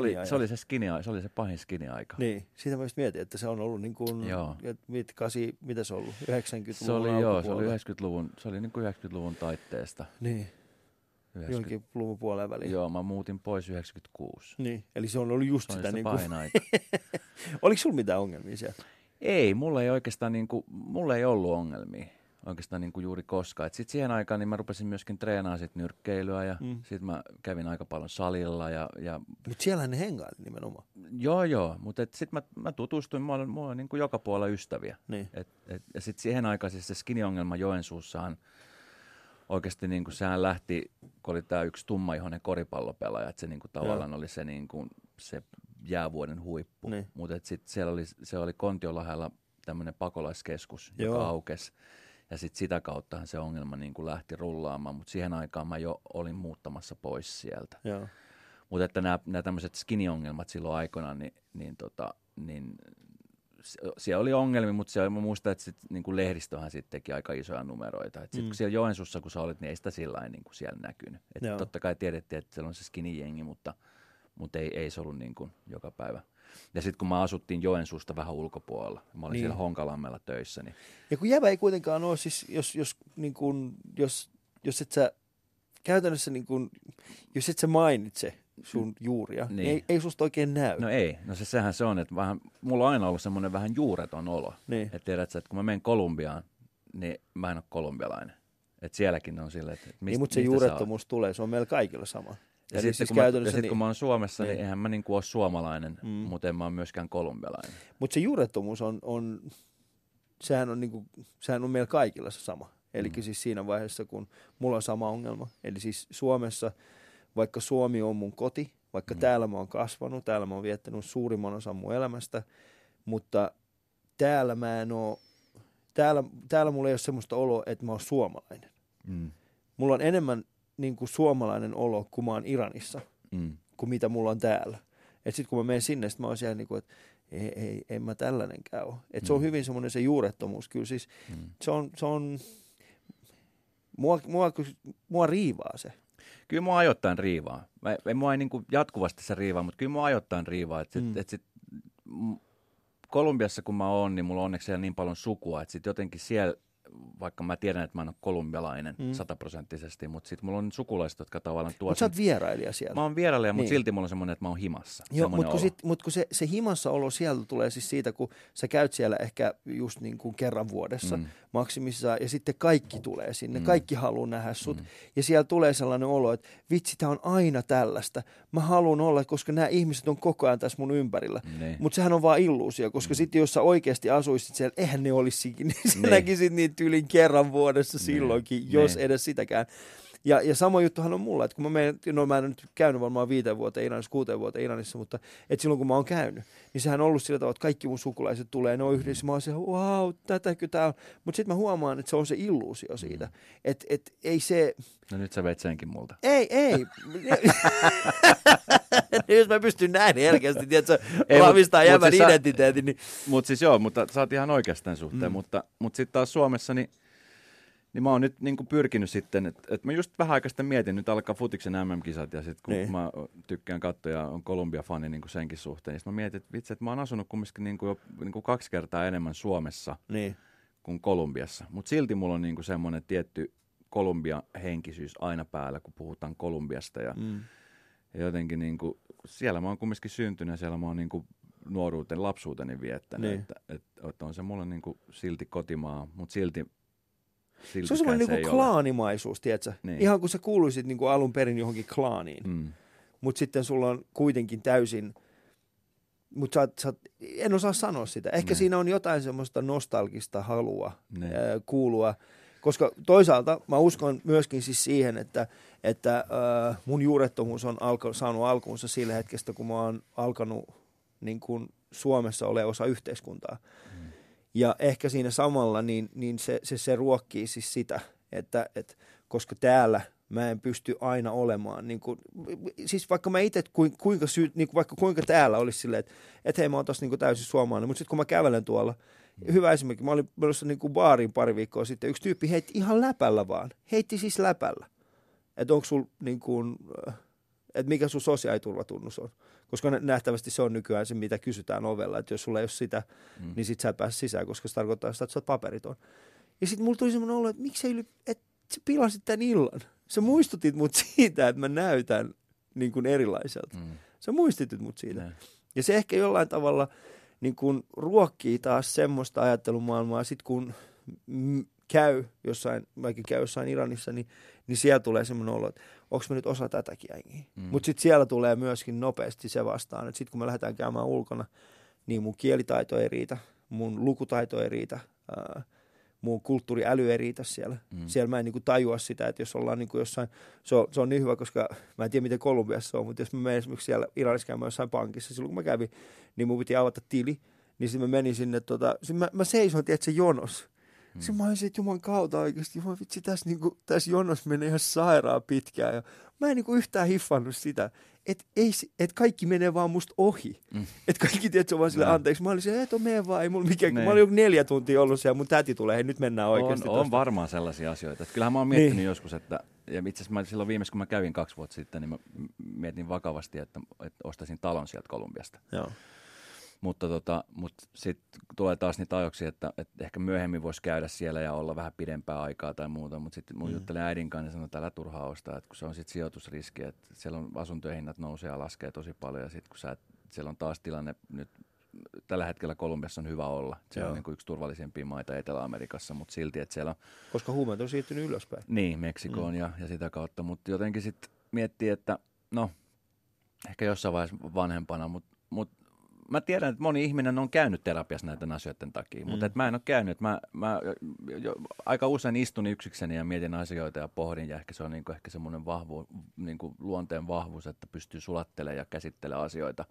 se pahin skini-aika. Niin, siitä mä just mietin, että se on ollut niin kuin, mitä se on ollut, 90-luvun se oli 90-luvun, se oli niin kuin 90-luvun taitteesta. Niin. Jonkin luvun puoleen väliin. Joo, mä muutin pois 96. Niin, eli se on ollut just se sitä niin kuin. Pahin aika. Oliko sulla mitään ongelmia siellä? Ei, mulla ei oikeastaan mulla ei ollut ongelmia oikeastaan niin kuin juuri koskaan. Sitten siihen aikaan niin mä rupesin myöskin treenaamaan sit nyrkkeilyä ja sitten mä kävin aika paljon salilla. Mutta siellä ne hengaili nimenomaan. Joo, mutta sitten mä tutustuin, mulla on niin kuin joka puolella ystäviä. Niin. Ja sitten siihen aikaan siis se skinny-ongelma Joensuussahan oikeasti niin kuin sehän lähti, kun oli tämä yksi tummaihoinen koripallopelaaja, että se niin kuin tavallaan oli se, niin kuin, se jäävuoden huippu. Niin. Mutta sitten se oli Kontiolahdella tämmöinen pakolaiskeskus, joka aukesi. Ja sitten sitä kauttahan se ongelma niin kuin lähti rullaamaan, mutta siihen aikaan mä jo olin muuttamassa pois sieltä. Mutta että nämä tämmöiset skinny-ongelmat silloin aikoinaan, niin siellä oli ongelmia, mutta mä muistan, että niin kuin lehdistöhän sitten teki aika isoja numeroita. Sitten kun siellä Joensuussa, kun sä olit, niin ei sitä sillain niin kuin siellä näkynyt. Et totta kai tiedettiin, että siellä on se skinny-jengi, mutta ei se ollut niin kuin joka päivä. Ja sitten kun mä asuttiin Joensuusta vähän ulkopuolella, mä olin siellä Honkalammella töissä. Niin. Ja kun jävä ei kuitenkaan ole, siis jos jos et sä käytännössä niin kun, jos et sä mainitse sun juuria, niin ei susta oikein näy. No ei, no sehän se on, että mulla on aina ollut semmoinen vähän juureton olo. Niin. Että tiedät sä, että kun mä menen Kolumbiaan, niin mä en ole kolumbialainen. Että sielläkin on silleen, että niin, mutta se juurettomuus tulee, se on meillä kaikilla sama. Ja sitten siis kun mä oon Suomessa, niin eihän mä niinku ole suomalainen, mutta en mä ole myöskään kolumbialainen. Mutta se juurettomuus sehän on meillä kaikilla se sama. Eli siis siinä vaiheessa, kun mulla on sama ongelma. Eli siis Suomessa, vaikka Suomi on mun koti, vaikka täällä mä oon kasvanut, täällä mä oon viettänyt suurimman osan mun elämästä, mutta täällä mä en oo, täällä mulla ei ole semmoista oloa, että mä oon suomalainen. Mulla on enemmän niin kuin suomalainen olo, kun mä oon Iranissa, kuin mitä mulla on täällä. Et sit kun mä menen sinne, sit mä oon siellä niin kuin, että en mä tällainenkään ole. Et se on hyvin semmoinen se juurettomuus. Kyllä siis se on mua riivaa se. Kyllä mua ajoittain riivaa. Mua ei niin kuin jatkuvasti se riivaa, mutta kyllä mua ajoittain riivaa. Kolumbiassa kun mä oon, niin mulla on onneksi siellä niin paljon sukua, että sit jotenkin siellä, vaikka mä tiedän, että mä en ole kolumbialainen 100%, mutta sitten mulla on sukulaiset, jotka tavallaan tuovat. Mutta sä oot vierailija siellä. Mä oon vierailija, mutta silti mulla on semmoinen, että mä oon himassa. Joo, mutta kun se himassa olo sieltä tulee siis siitä, kun sä käyt siellä ehkä just niin kuin kerran vuodessa maksimissaan, ja sitten kaikki tulee sinne, kaikki haluaa nähdä sut. Ja siellä tulee sellainen olo, että vitsi, tää on aina tällaista. Mä haluan olla, koska nämä ihmiset on koko ajan tässä mun ympärillä. Mutta sehän on vaan illuusio, koska sitten jos sä oikeasti asuisit siellä, eihän ne olisi siinä, niin sä näkisit niitä yli kerran vuodessa silloinkin, jos edes sitäkään. Ja sama juttuhan on mulla, että kun mä en nyt käynyt varmaan 5 vuoteen Iranissa, 6 vuoteen Iranissa, mutta että silloin kun mä oon käynyt, niin sehän on ollut sillä tavalla, että kaikki mun sukulaiset tulee, ne on yhdessä, mä oon siellä, wow, tätäkö tää on. Mutta sitten mä huomaan, että se on se illuusio siitä, että ei se. No nyt sä veit senkin multa. Ei. Jos mä pystyn näin herkästi, tiedätkö, vahvistaa jämän identiteetin. Niin. Mutta siis joo, mutta sä oot ihan oikeastaan suhteen, mutta sitten taas Suomessa, niin mä oon nyt niin kuin pyrkinyt sitten, että mä just vähän aikaa sitten mietin, nyt alkaa futiksen MM-kisat ja sitten kun mä tykkään katsoa ja on Kolumbia-fani niin kuin senkin suhteen, niin mä mietin, että vitsi, että mä oon asunut kumminkin niin kuin jo niin kuin 2 kertaa enemmän Suomessa kuin Kolumbiassa, mutta silti mulla on niin kuin semmoinen tietty Kolumbia-henkisyys aina päällä, kun puhutaan Kolumbiasta ja jotenkin niin kuin, siellä mä oon kumminkin syntynyt ja siellä mä oon niin kuin lapsuuteni viettänyt, että on se mulle niin kuin silti kotimaa, mutta silti se on semmoinen niinku klaanimaisuus, tiedätkö? Niin. Ihan kun sä kuuluisit niinku alun perin johonkin klaaniin. Mutta sitten sulla on kuitenkin täysin, mutta en osaa sanoa sitä. Ehkä siinä on jotain semmoista nostalgista halua kuulua. Koska toisaalta mä uskon myöskin siis siihen, että mun juurettomuus on saanut alkuunsa sillä hetkestä, kun mä oon alkanut niin kuin Suomessa ole osa yhteiskuntaa. Ja ehkä siinä samalla niin se ruokkii siis sitä, että koska täällä mä en pysty aina olemaan. Niin kuin, siis vaikka mä itse kuinka täällä olisi silleen, että hei mä oon tossa niin täysin suomalainen, mutta sitten kun mä kävelen tuolla, hyvä esimerkki, mä olin menossa niin baariin pari viikkoa sitten, yksi tyyppi heitti ihan läpällä vaan, heitti siis läpällä, että onko sul niin kuin, että mikä sun sosiaaliturvatunnus on. Koska nähtävästi se on nykyään se, mitä kysytään ovella, että jos sulla ei ole sitä, niin sit sä et pääse sisään, koska se tarkoittaa sitä, että sä oot paperiton. Ja sit mulla tuli semmoinen olo, että miksei että sä pilasit tän illan. Sä muistutit mut siitä, että mä näytän niin kuin erilaiselta. Sä muistutit mut siitä. Ja se ehkä jollain tavalla niin kuin ruokkii taas semmoista ajattelumaailmaa, sit kun vaikka käy jossain Iranissa, niin siellä tulee semmoinen olo, että onko mä nyt osa tätäkin jengiä. Mutta sitten siellä tulee myöskin nopeasti se vastaan, että sitten kun me lähdetään käymään ulkona, niin mun kielitaito ei riitä, mun lukutaito ei riitä, mun kulttuuriäly ei riitä siellä. Siellä mä en niinku tajua sitä, että jos ollaan niinku jossain, se on niin hyvä, koska mä en tiedä miten Kolumbiassa on, mutta jos mä menen esimerkiksi siellä Iranissa käymään jossain pankissa, silloin kun mä kävin, niin mun piti avata tili, niin sitten mä menin sinne, mä seisoin, tiedätkö, jonossa. Sitten mä olisin, että juman kautta oikeasti, vitsi, tässä jonossa menee ihan sairaan pitkään. Ja mä en niinku yhtään hiffannut sitä, että kaikki menee vaan musta ohi. Että kaikki tiedät, vaan sille anteeksi. Mä olisin, että mene vaan, ei mulla mikään. Mä olin joku 4 tuntia ollut siellä, mun täti tulee, hei nyt mennään oikeasti. On varmaan sellaisia asioita. Että kyllähän mä oon miettinyt joskus, että ja itse asiassa silloin viimeis, kun mä kävin 2 vuotta sitten, niin mä mietin vakavasti, että ostaisin talon sieltä Kolumbiasta. Joo. Mutta sitten tulee taas niitä ajatuksia, että ehkä myöhemmin voisi käydä siellä ja olla vähän pidempää aikaa tai muuta, mutta sitten mun juttelin äidin kanssa ja sanoi, että älä turhaa ostaa, että kun se on sitten sijoitusriski, että siellä on asuntojen hinnat nousee ja laskee tosi paljon ja sitten kun siellä on taas tilanne nyt, tällä hetkellä Kolumbiassa on hyvä olla. Se on niin kuin yksi turvallisimpia maita Etelä-Amerikassa, mutta silti, että siellä on... Koska huumeet on siirtynyt ylöspäin. Niin, Meksikoon ja sitä kautta, mutta jotenkin sitten miettii, että no, ehkä jossain vaiheessa vanhempana, mutta mä tiedän, että moni ihminen on käynyt terapiassa näiden asioiden takia, mutta mä en ole käynyt. Mä aika usein istun yksikseni ja mietin asioita ja pohdin, ja ehkä se on niinku ehkä semmoinen niinku luonteen vahvuus, että pystyy sulattelemaan ja käsittelemään asioita.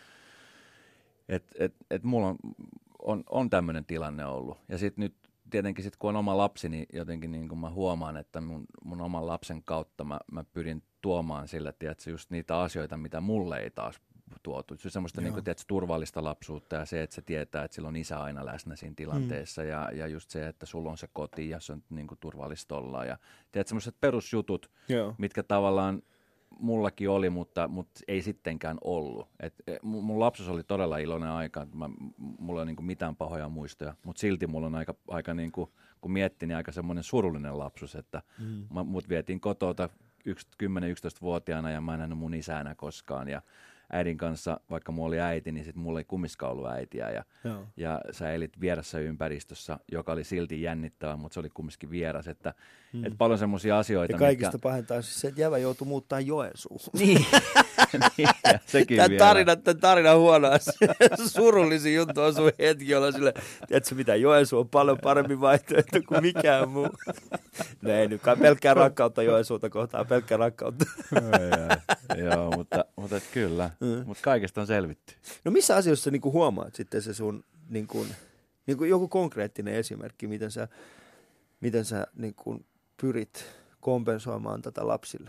Et mulla on tämmöinen tilanne ollut. Ja sitten nyt tietenkin sit, kun on oma lapsi, niin jotenkin niin mä huomaan, että mun oman lapsen kautta mä pyrin tuomaan sille, tiedätkö, just niitä asioita, mitä mulle ei taas tuotu. Se on semmoista niin kuin, tiedätkö, turvallista lapsuutta ja se, että se tietää, että sillä on isä aina läsnä siinä tilanteessa ja just se, että sulla on se koti ja se on niin kuin turvallista olla. Ja tiedätkö, semmoiset perusjutut, mitkä tavallaan mullakin oli, mutta ei sittenkään ollut. Mun lapsuus oli todella iloinen aika. Mulla ei ole niin kuin mitään pahoja muistoja, mutta silti mulla on aika niin kuin, kun miettii, niin aika semmoinen surullinen lapsuus, että mut vietiin kotota 10-11-vuotiaana ja mä en nähnyt mun isänä koskaan ja äidin kanssa, vaikka mulla oli äiti, niin sitten mulla ei kumminkaan ollut äitiä ja sä elit vieressä ympäristössä, joka oli silti jännittävä, mutta se oli kumminkin vieras, että paljon semmoisia asioita. Ja kaikista pahentaa siis se, että jävä joutui muuttaa Joensuuhun. Niin, ja sekin Tämän tarinan huono asia. Surullisin juttu on sun hetki, jolla sille, tiedätkö mitä, Joensuu on paljon parempi vaihtoehto kuin mikään muu. No ei nyt, pelkkää rakkautta Joensuuta kohtaan, pelkkää rakkautta. Joo, mutta kyllä. Mutta kaikesta on selvitty. No missä asioissa niin huomaat sitten se sun niin kuin joku konkreettinen esimerkki, miten sä niin kuin pyrit kompensoimaan tätä lapsille?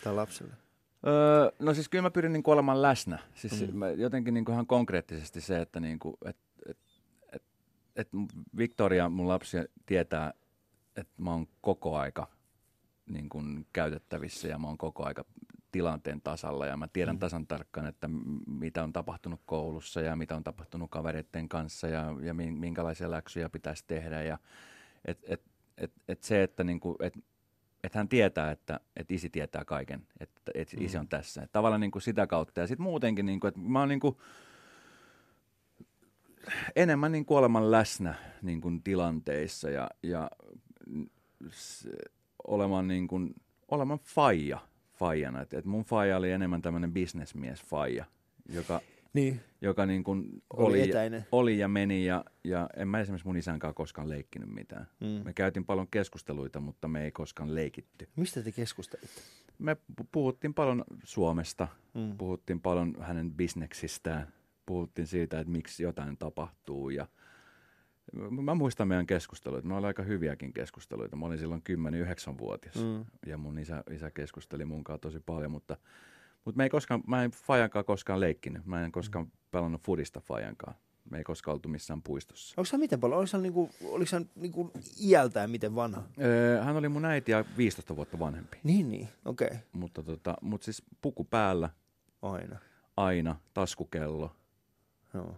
No siis kyllä mä pyrin niin kuin olemaan läsnä. Siis jotenkin niin kuin ihan konkreettisesti se, että niin kuin, et Victoria, mun lapsi, tietää, että mä oon koko aika niin kuin käytettävissä ja mä oon koko aika tilanteen tasalla ja mä tiedän tasan tarkkaan, että mitä on tapahtunut koulussa ja mitä on tapahtunut kavereiden kanssa ja minkälaisia läksyjä pitäisi tehdä ja se, että niinku, et hän tietää, että isi tietää kaiken, että isi on tässä. Et tavallaan niinku sitä kautta ja sitten muutenkin, niinku, että mä oon niinku enemmän niinku olemaan läsnä niinku tilanteissa ja olemaan faijana. Et mun faija oli enemmän tämmöinen businessmies faija, joka niin kuin oli ja meni ja en mä esimerkiksi mun isän kanssa koskaan leikkinyt mitään. Me käytiin paljon keskusteluita, mutta me ei koskaan leikitty. Mistä te keskustelitte? Me puhuttiin paljon Suomesta, puhuttiin paljon hänen bisneksistään, puhuttiin siitä, että miksi jotain tapahtuu ja mä muistan meidän keskusteluita. Me oli aika hyviäkin keskusteluita. Mä olin silloin 10-9-vuotias ja mun isä keskusteli mun kanssa tosi paljon, mutta mä en Fajankaan koskaan leikkinyt. Mä en koskaan pelannut fudista Fajankaan. Me ei koskaan oltu missään puistossa. Onko hän miten paljon? Oliko hän niinku iältään miten vanha? Hän oli mun äiti ja 15 vuotta vanhempi. Niin, okei. Okay. Mutta siis puku päällä. Aina. Taskukello. Joo.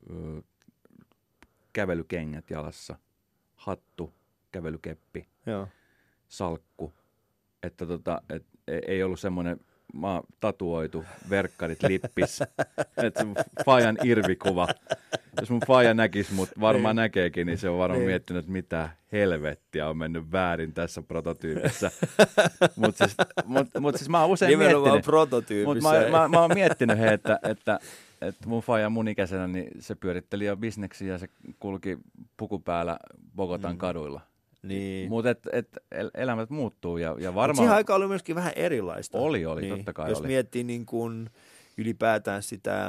Kävelykengät jalassa, hattu, kävelykeppi, salkku, että ei ollut semmoinen tatuoitu, verkkarit lippis, että Fajan irvikuva. Jos mun Faja näkisi mut, varmaan näkeekin, niin se on varmaan miettinyt, että mitä helvettiä on mennyt väärin tässä prototyypissä. Mutta siis mä oon usein nimenomaan prototyypissä. Mä oon miettinyt, että mun faija mun ikäisenä, niin se pyöritteli jo bisneksiä ja se kulki puku päällä Bogotan kaduilla. Niin. Mutta elämät muuttuu ja varmaan... Siihen aikaan oli myöskin vähän erilaista. Oli, niin. Totta kai jos oli. miettii niin kuin ylipäätään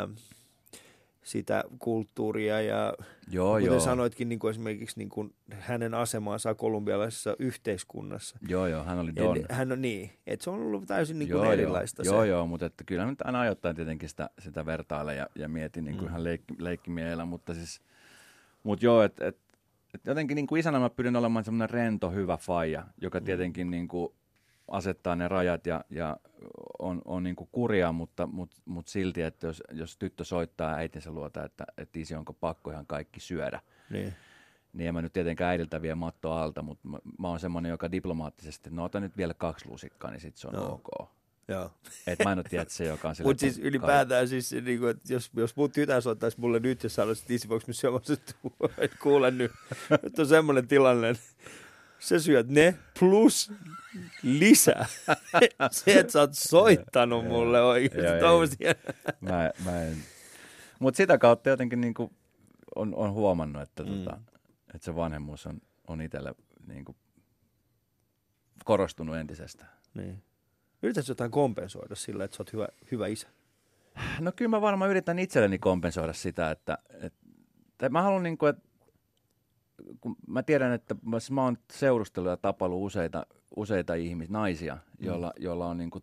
sitä kulttuuria ja kuten sanoitkin niin kuin esimerkiksi niin kuin hänen asemaansa kolumbialaisessa yhteiskunnassa. Joo, hän oli don. Hän on niin, että se on ollut täysin niin kuin erilaista. Joo, mutta että kyllä nyt aina ajoittain tietenkin sitä vertailla ja mietin niin kuin ihan leikkimielellä, mutta joo, että jotenkin niin kuin isänä mä pyrin olemaan semmoinen rento, hyvä faija, joka tietenkin niin kuin asettaa ne rajat ja on niin kuin kurjaa, mutta silti, että jos tyttö soittaa äitinsä luota, että isi onko pakko ihan kaikki syödä, niin en mä nyt tietenkään äidiltä vie matto alta, mutta mä oon semmoinen, joka diplomaattisesti, no ota nyt vielä 2 lusikkaa, niin sit se on ok. Joo. Että mä en ole tiedä, se, joka on sillä... Mutta siis ylipäätään, siis, niin kuin, että jos mun tytär soittaisi mulle nyt ja sanoisi, että isi, voiko mä syömässä kuule nyt, että on semmoinen tilanne, sä syöt ne plus lisää. Se, että sä oot soittanut mulle oikeasti. Mä en. Mutta sitä kautta jotenkin niin kuin on huomannut, että, että se vanhemmuus on itselle niin kuin korostunut entisestään. Niin. Yritätkö jotain kompensoida sillä, että sä oot hyvä isä? No kyllä mä varmaan yritän itselleni kompensoida sitä, että mä haluan niin kuin, että kun mä tiedän, että mä oon seurustellut ja tapailut useita naisia, joilla on niin kuin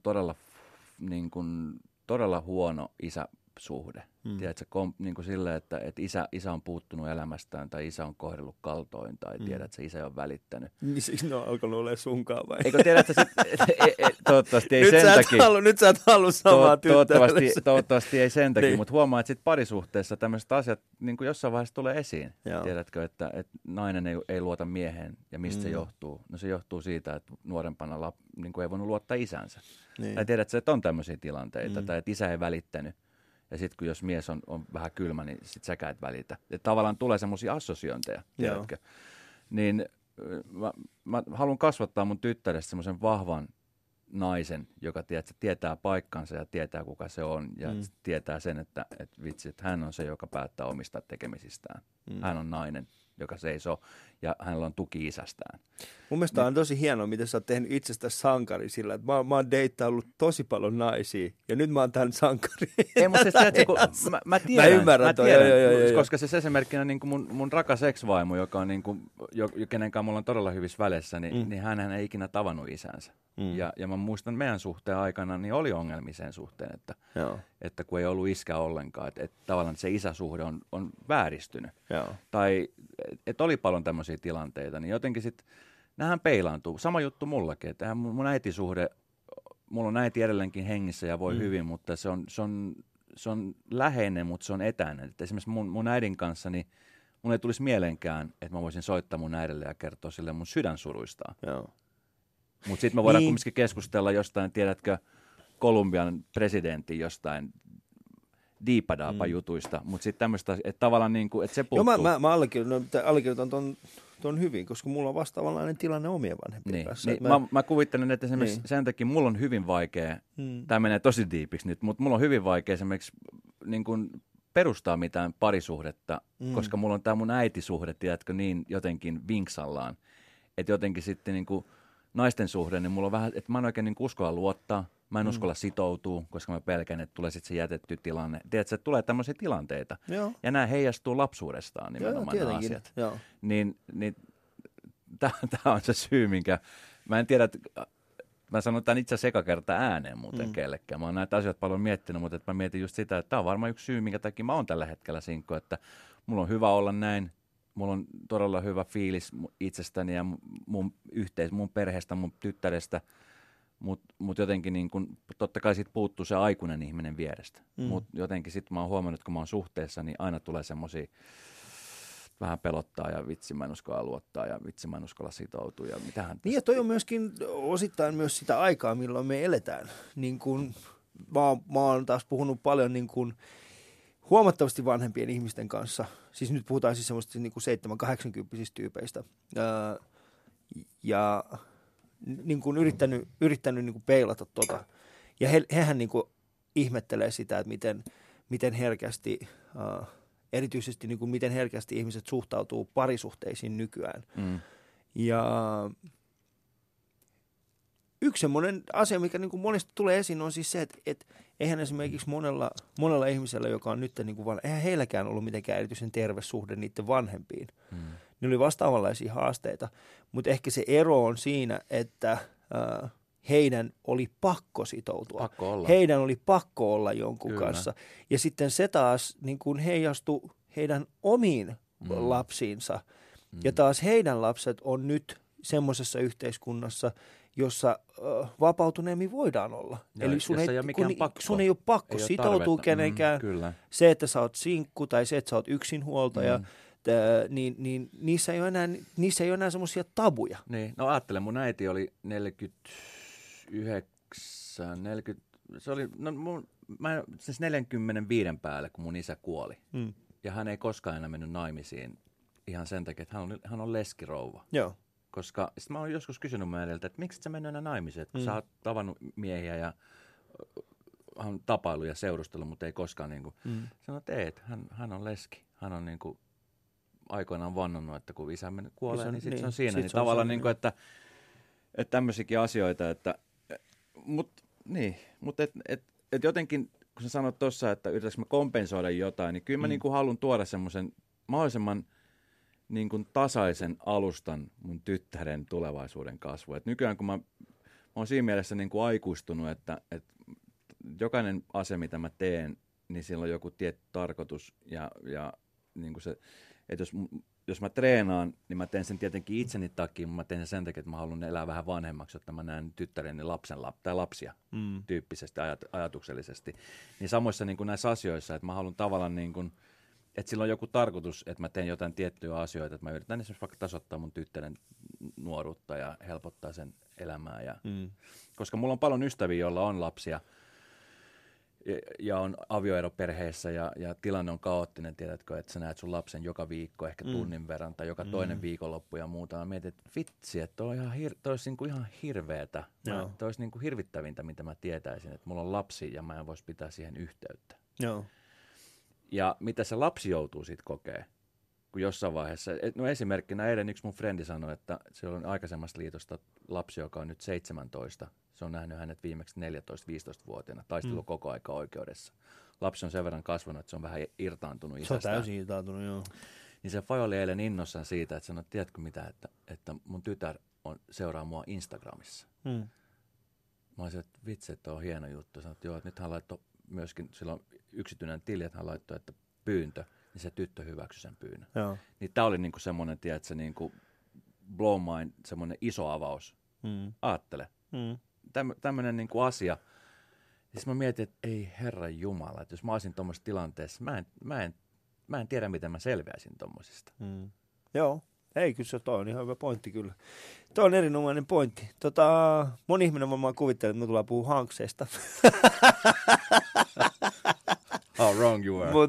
todella huono isäsuhde. Tiedätkö, niin kuin sille, että isä on puuttunut elämästään tai isä on kohdellut kaltoin tai tiedät, että se isä on välittänyt. Niin siis ne on alkanut olemaan sunkaan vai? Eikö tiedä, että toivottavasti ei sen takia. Nyt sä et halua samaa tyttärelle. Toivottavasti ei sen takia, mutta huomaa, että sit parisuhteessa tämmöiset asiat niin kuin jossain vaiheessa tulee esiin. Joo. Tiedätkö, että nainen ei luota mieheen ja mistä se johtuu? No se johtuu siitä, että nuorempana niin kuin ei voinut luottaa isänsä. Niin. Tai tiedätkö, että on tämmöisiä tilanteita tai että isä ei välittänyt. Ja sitten kun jos mies on vähän kylmä, niin sit säkään et välitä. Et tavallaan tulee semmoisia assosiointeja, tiedätkö? Niin mä haluan kasvattaa mun tyttärestä semmoisen vahvan naisen, joka tietää paikkansa ja tietää kuka se on. Ja tietää sen, että vitsi, että hän on se, joka päättää omista tekemisistään. Hän on nainen, joka seisoo ja hänellä on tuki isästään. Mun mielestä on tosi hienoa, miten sä oot tehnyt itsestäsi sankari sillä, että mä oon deittaillut tosi paljon naisia ja nyt mä oon tämän sankari. Ei, mutta mä tiedän, koska se esimerkkinä niin kuin mun rakas ex-vaimo, joka on niin kuin, kenenkaan mulla on todella hyvissä väleissä, niin hänhän ei ikinä tavannut isänsä. Ja mä muistan meidän suhteen aikana, niin oli ongelmia sen suhteen, että kun ei ollut iskä ollenkaan, että tavallaan se isäsuhde on vääristynyt. Joo. Tai että oli paljon tämmöisiä tilanteita, niin jotenkin sitten nämähän peilaantuu. Sama juttu mullakin, että mun äitisuhde, mulla on äiti edelleenkin hengissä ja voi hyvin, mutta se on läheinen, mutta se on etäinen. Että esimerkiksi mun äidin kanssa, niin mun ei tulisi mieleenkään, että mä voisin soittaa mun äidille ja kertoa sille mun sydänsuruistaan. Mutta sitten me voidaan kumminkin keskustella jostain, tiedätkö, Kolumbian presidentin jostain diipadaapa-jutuista, mutta sitten tämmöistä, että tavallaan niin kuin, että se puuttuu. Joo, mä allekirjoitan ton hyvin, koska mulla on vastaavanlainen tilanne omien vanhempien kanssa. Niin, mä kuvittelen, että esimerkiksi sen takia mulla on hyvin vaikea, tämä menee tosi diipiksi nyt, mutta mulla on hyvin vaikea esimerkiksi niin kuin perustaa mitään parisuhdetta, koska mulla on tämä mun äitisuhde, tiedätkö, niin jotenkin vinksallaan, että jotenkin sitten niin kuin naisten suhde, niin mulla on vähän, että mä en oikein niin uskalla luottaa, mä en uskalla sitoutua, koska mä pelkään, että tulee sitten se jätetty tilanne. Tiedätkö, että tulee tämmöisiä tilanteita. Joo. Ja nämä heijastuu lapsuudestaan nimenomaan nämä asiat. Joo. Niin tämä on se syy, minkä, mä en tiedä, että mä sanon tämän itse asiassa eka kertaa ääneen muuten kellekään. Mä oon näitä asioita paljon miettinyt, mutta mä mietin just sitä, että tämä on varmaan yksi syy, minkä takia mä oon tällä hetkellä sinkku, että mulla on hyvä olla näin. Mulla on todella hyvä fiilis itsestäni ja mun perheestä, mun tyttärestä, mutta jotenkin niin kun, totta kai siitä puuttuu se aikuinen ihminen vierestä. Mutta jotenkin sitten mä oon huomannut, että kun mä oon suhteessa, niin aina tulee semmoisia vähän pelottaa ja vitsi mä en uskalla luottaa ja vitsi mä en uskalla sitoutua ja mitähän. Niin ja toi on myöskin osittain myös sitä aikaa, milloin me eletään. Niin kun, mä oon taas puhunut paljon niin kun huomattavasti vanhempien ihmisten kanssa, siis nyt puhutaan siis semmoista niin kuin 7-80 tyypeistä, ja niin kuin yrittänyt niin kuin peilata tota. Ja hehän niin kuin ihmettelee sitä, että miten herkästi, erityisesti niin kuin miten herkästi ihmiset suhtautuu parisuhteisiin nykyään. Ja yksi semmoinen asia, mikä niin kuin monesti tulee esiin, on siis se, että eihän esimerkiksi monella ihmisellä, joka on nyt, niin kuin eihän heilläkään ollut mitenkään erityisen terve suhde niiden vanhempiin. Ne oli vastaavanlaisia haasteita, mutta ehkä se ero on siinä, että heidän oli pakko sitoutua. Pakko olla. Heidän oli pakko olla jonkun kanssa. Ja sitten se taas niin kuin heijastui heidän omiin lapsiinsa. Ja taas heidän lapset on nyt semmoisessa yhteiskunnassa, jossa vapautuneemmin voidaan olla. Ja eli sun ei ole pakko ei sitoutua ole kenenkään. Kyllä. Se, että sä oot sinkku tai se, että sä oot yksinhuoltaja, niin niissä ei ole enää semmoisia tabuja. Niin, no ajattele, mun äiti oli 49, 40, se oli, siis 45 päälle, kun mun isä kuoli. Ja hän ei koskaan enää mennyt naimisiin ihan sen takia, että hän on leskirouva. Joo. Koska sitten mä oon joskus kysynyt mä edeltä, että miksi et sä mennyt enää naimisiin, että kun sä oot tavannut miehiä ja hän on tapailu ja seurustellut, mutta ei koskaan niin kuin, sanoi, että hän on leski. Hän on niin kuin aikoinaan vannonnut, että kun isä kuolee, niin sitten se on siinä. Niin tavallaan, niin kuin, että tämmöisiäkin asioita, mutta jotenkin, kun sä sanot tuossa, että yritätkö mä kompensoida jotain, niin kyllä mä niin kuin haluan tuoda semmoisen mahdollisimman niin kuin tasaisen alustan mun tyttären tulevaisuuden kasvu. Et nykyään kun mä oon siinä mielessä niin kuin aikuistunut, että jokainen asia, mitä mä teen, niin sillä on joku tietty tarkoitus ja niin kuin se, että jos mä treenaan, niin mä teen sen tietenkin itseni takia, mutta mä teen sen takia, että mä haluan elää vähän vanhemmaksi, jotta mä näen tyttäreni lapsia tyyppisesti, ajatuksellisesti. Niin samoissa niin kuin näissä asioissa, että mä haluan tavallaan niin kuin, että sillä on joku tarkoitus, että mä teen jotain tiettyjä asioita, että mä yritän esimerkiksi vaikka tasoittaa mun tyttären nuoruutta ja helpottaa sen elämää. Koska mulla on paljon ystäviä, joilla on lapsia ja on avioeroperheessä ja tilanne on kaoottinen, tiedätkö, että sä näet sun lapsen joka viikko, ehkä tunnin verran tai joka toinen viikonloppu ja muuta. Mä mietin, että vitsi, että toi olisi niinku ihan hirveetä. Toi olisi niinku hirvittävintä, mitä mä tietäisin, että mulla on lapsi ja mä en voisi pitää siihen yhteyttä. Joo. Ja mitä se lapsi joutuu sitten kokee, kun jossain vaiheessa, no esimerkkinä eilen yksi mun frendi sanoi, että se on aikaisemmasta liitosta lapsi, joka on nyt 17, se on nähnyt hänet viimeksi 14-15-vuotiaana, taistelu koko aika oikeudessa. Lapsi on sen verran kasvanut, että se on vähän irtaantunut isästään. Se on täysin irtaantunut, joo. Niin se faija oli eilen innossaan siitä, että sanoi, että tiedätkö mitä, että mun tytär seuraa mua Instagramissa. Mä olisin, että vitsi, että on hieno juttu. Sanoin, että joo, että nyt hän laittoi myöskin, sillä on yksityinen tili, että hän laittoi, että pyyntö, niin se tyttö hyväksyi sen pyynnön. Joo. Niin tää oli niinku semmoinen, tiedätkö, niinku blow mind, semmoinen iso avaus. Aattele. Tämmöinen niinku asia. Siis mä mietin, että ei herra jumala, että jos mä olisin tuommoisessa tilanteessa, mä en tiedä, miten mä selviäisin tuommoisista. Joo. Ei, kyllä se on ihan hyvä pointti kyllä. Tuo on erinomainen pointti. Moni ihminen varmaan kuvittelee, että me tullaan puhua hankseista. How wrong you are.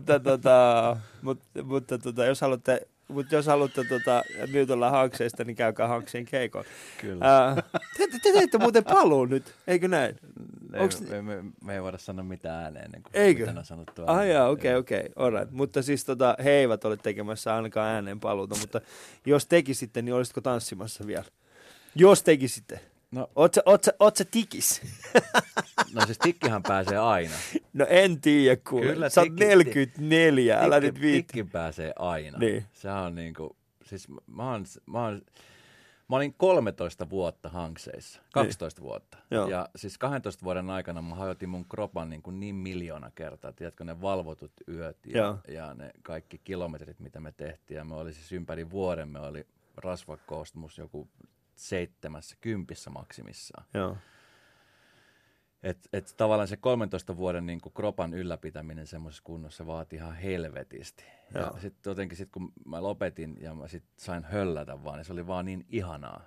mutta jos haluatte Newtonilla hankseista, niin käykää hankseen keikoon. Kyllä. Te teette muuten paluun nyt, eikö näin? Me ei voida sanoa mitään ääneen ennen kuin eikö? on sanottu ääneen. Okei. Alright. Mutta siis he eivät ole tekemässä ainakaan ääneen paluuta, mutta jos tekisitte, niin olisitko tanssimassa vielä? Jos tekisitte. No. Oot sä tikis? No siis tikkihän pääsee aina. No en tiedä, kuule. Kyllä, sä oot 44, älä nyt viitti. Tikki pääsee aina. Niin. Se on niinku, siis mä olin 13 vuotta hankseissa, 12 vuotta. Joo. Ja siis 12 vuoden aikana mä hajotin mun kropan niin miljoona kertaa. Tiedätkö, ne valvotut yöt ja ne kaikki kilometrit, mitä me tehtiin. Ja me oli siis ympäri vuoden, me oli rasvakoostumus joku 70 maksimissaan. Joo. Et tavallaan se 13 vuoden niin kuin kropan ylläpitäminen semmoisessa kunnossa vaati ihan helvetisti. Ja sitten jotenkin kun mä lopetin ja mä sit sain höllätä vaan, niin se oli vaan niin ihanaa.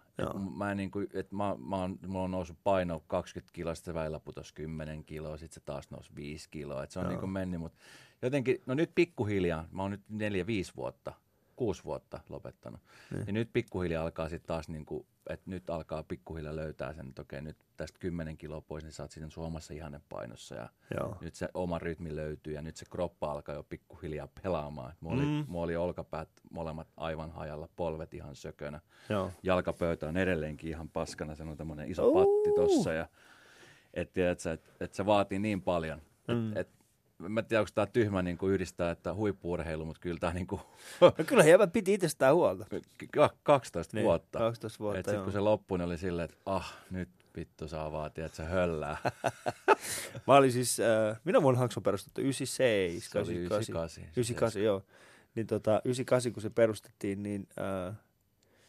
Mulla on noussut paino 20 kiloa, sitten se välillä putosi 10 kiloa, sitten se taas nousi 5 kiloa. Et se on niin kuin mennyt, mutta jotenkin, no nyt pikkuhiljaa, mä oon nyt 6 vuotta lopettanut. Ja nyt pikkuhiljaa alkaa sitten taas, niinku, että nyt alkaa pikkuhiljaa löytää sen, että okei, nyt tästä 10 kiloa pois, niin sä oot siinä sun omassa ihannepainossa. Ja nyt se oma rytmi löytyy ja nyt se kroppa alkaa jo pikkuhiljaa pelaamaan. Mulla oli olkapäät molemmat aivan hajalla, polvet ihan sökönä. Jalkapöytä on edelleenkin ihan paskana, se on tämmöinen iso patti tossa. Ja, että se vaatii niin paljon, mä en tiedä, onko tämä tyhmä niin kuin yhdistää, että huippu-urheilu, mutta kyllä tämä niin kuin... No kyllä jäbä piti itsestään huolta. 12 niin, vuotta. 12 vuotta, että sitten kun se loppui, niin oli silleen, että nyt vittu saa vaatia, että se höllää. Mä olin siis, minä vuonna Hankso perustettu? 97, 98. 98, joo. Niin 98, kun se perustettiin, niin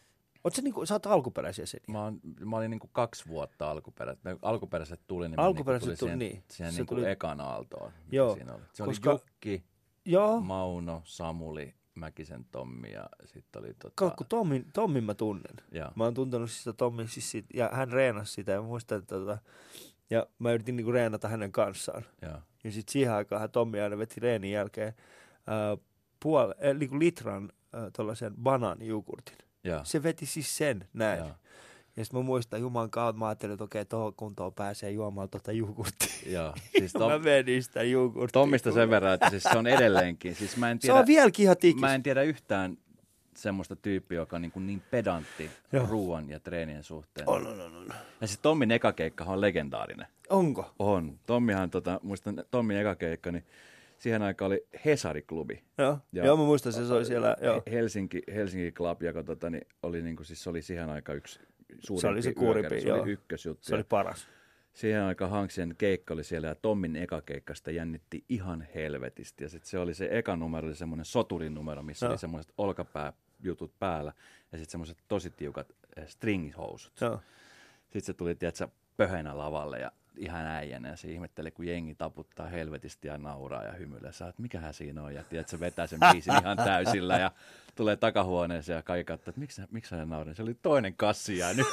Sä oot alkuperäisjäseniä? Mä olin niinku 2 vuotta alkuperäiset tuli, niin Alkuperäiset tuli niin. siihen niinku ekan aaltoon. Joo. Siinä oli. Se oli Jukki, joo. Mauno, Samuli, Mäkisen Tommi ja sitten oli Kaukku, Tommin mä tunnen. Ja. Mä oon tuntenut sitä Tommin ja hän reenasi sitä ja muistan, että ja mä yritin niinku reenata hänen kanssaan. Ja sit siihen aikaan Tommi aina veti reenin jälkeen niinku litran tollasen banaanijogurtin. Se veti siis sen näin. Ja sitten mä muistan Jumalan kautta, mä ajattelin, että okei, tuohon kuntoon pääsee juomaan jogurttia. Joo. Siis mä vedin sitä jogurttia. Tommista sen verran, että siis se on edelleenkin. Siis mä en tiedä, se on vieläkin ihan tikis. Mä en tiedä yhtään semmoista tyyppiä, joka on niin pedantti ruoan ja treenien suhteen. On. Ja siis Tommin eka keikka on legendaarinen. Onko? On. Tommihan, muistan Tommin eka keikka, niin siihen aikaan oli Hesari-klubi. Joo, mä muistan, se oli siellä. Joo. Helsinki Club, joka niin oli, niin kuin, siis, oli siihen aikaan yksi suurempi. Se oli se kuurimpi, se oli ykkösjuttu. Se oli paras. Siihen aikaan Hanksien keikka oli siellä ja Tommin eka keikka sitä jännitti ihan helvetisti. Ja sitten se oli se eka numero, oli semmoinen soturin numero, missä oli semmoiset olkapääjutut päällä ja sitten semmoiset tosi tiukat stringhousut. Sitten se tuli, tiedätkö, pöheinä lavalle ja ihan äijänä ja se ihmetteli, kun jengi taputtaa helvetisti ja nauraa ja hymyilee. Sä että mikähän siinä on ja tiedät, se vetää sen biisin ihan täysillä ja tulee takahuoneeseen ja kaikki katsoo, että miksi hän nauraa. Se oli toinen kassi jäänyt.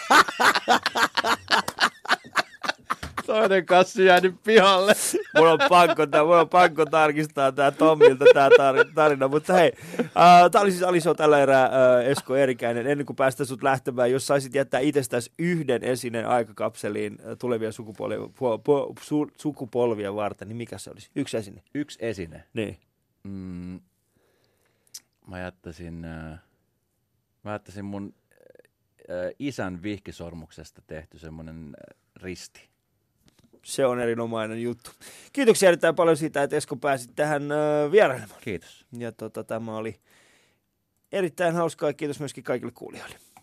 Toinen kassi jäänyt pihalle. Mulla on pakko tarkistaa tää Tommilta tää tarina, mutta hei, tää oli siis Aliso tällä erää Esko Eerikäinen. Ennen kuin päästä sut lähtemään, jos saisit jättää itsestäsi yhden esineen aikakapseliin tulevia sukupolvia varten, niin mikä se olisi? Yksi esine. Yksi esine? Niin. Mä jättäisin mun isän vihkisormuksesta tehty semmonen risti. Se on erinomainen juttu. Kiitoksia erittäin paljon siitä, että Esko pääsit tähän vierailemaan. Kiitos. Ja tämä oli erittäin hauskaa. Kiitos myöskin kaikille kuulijoille.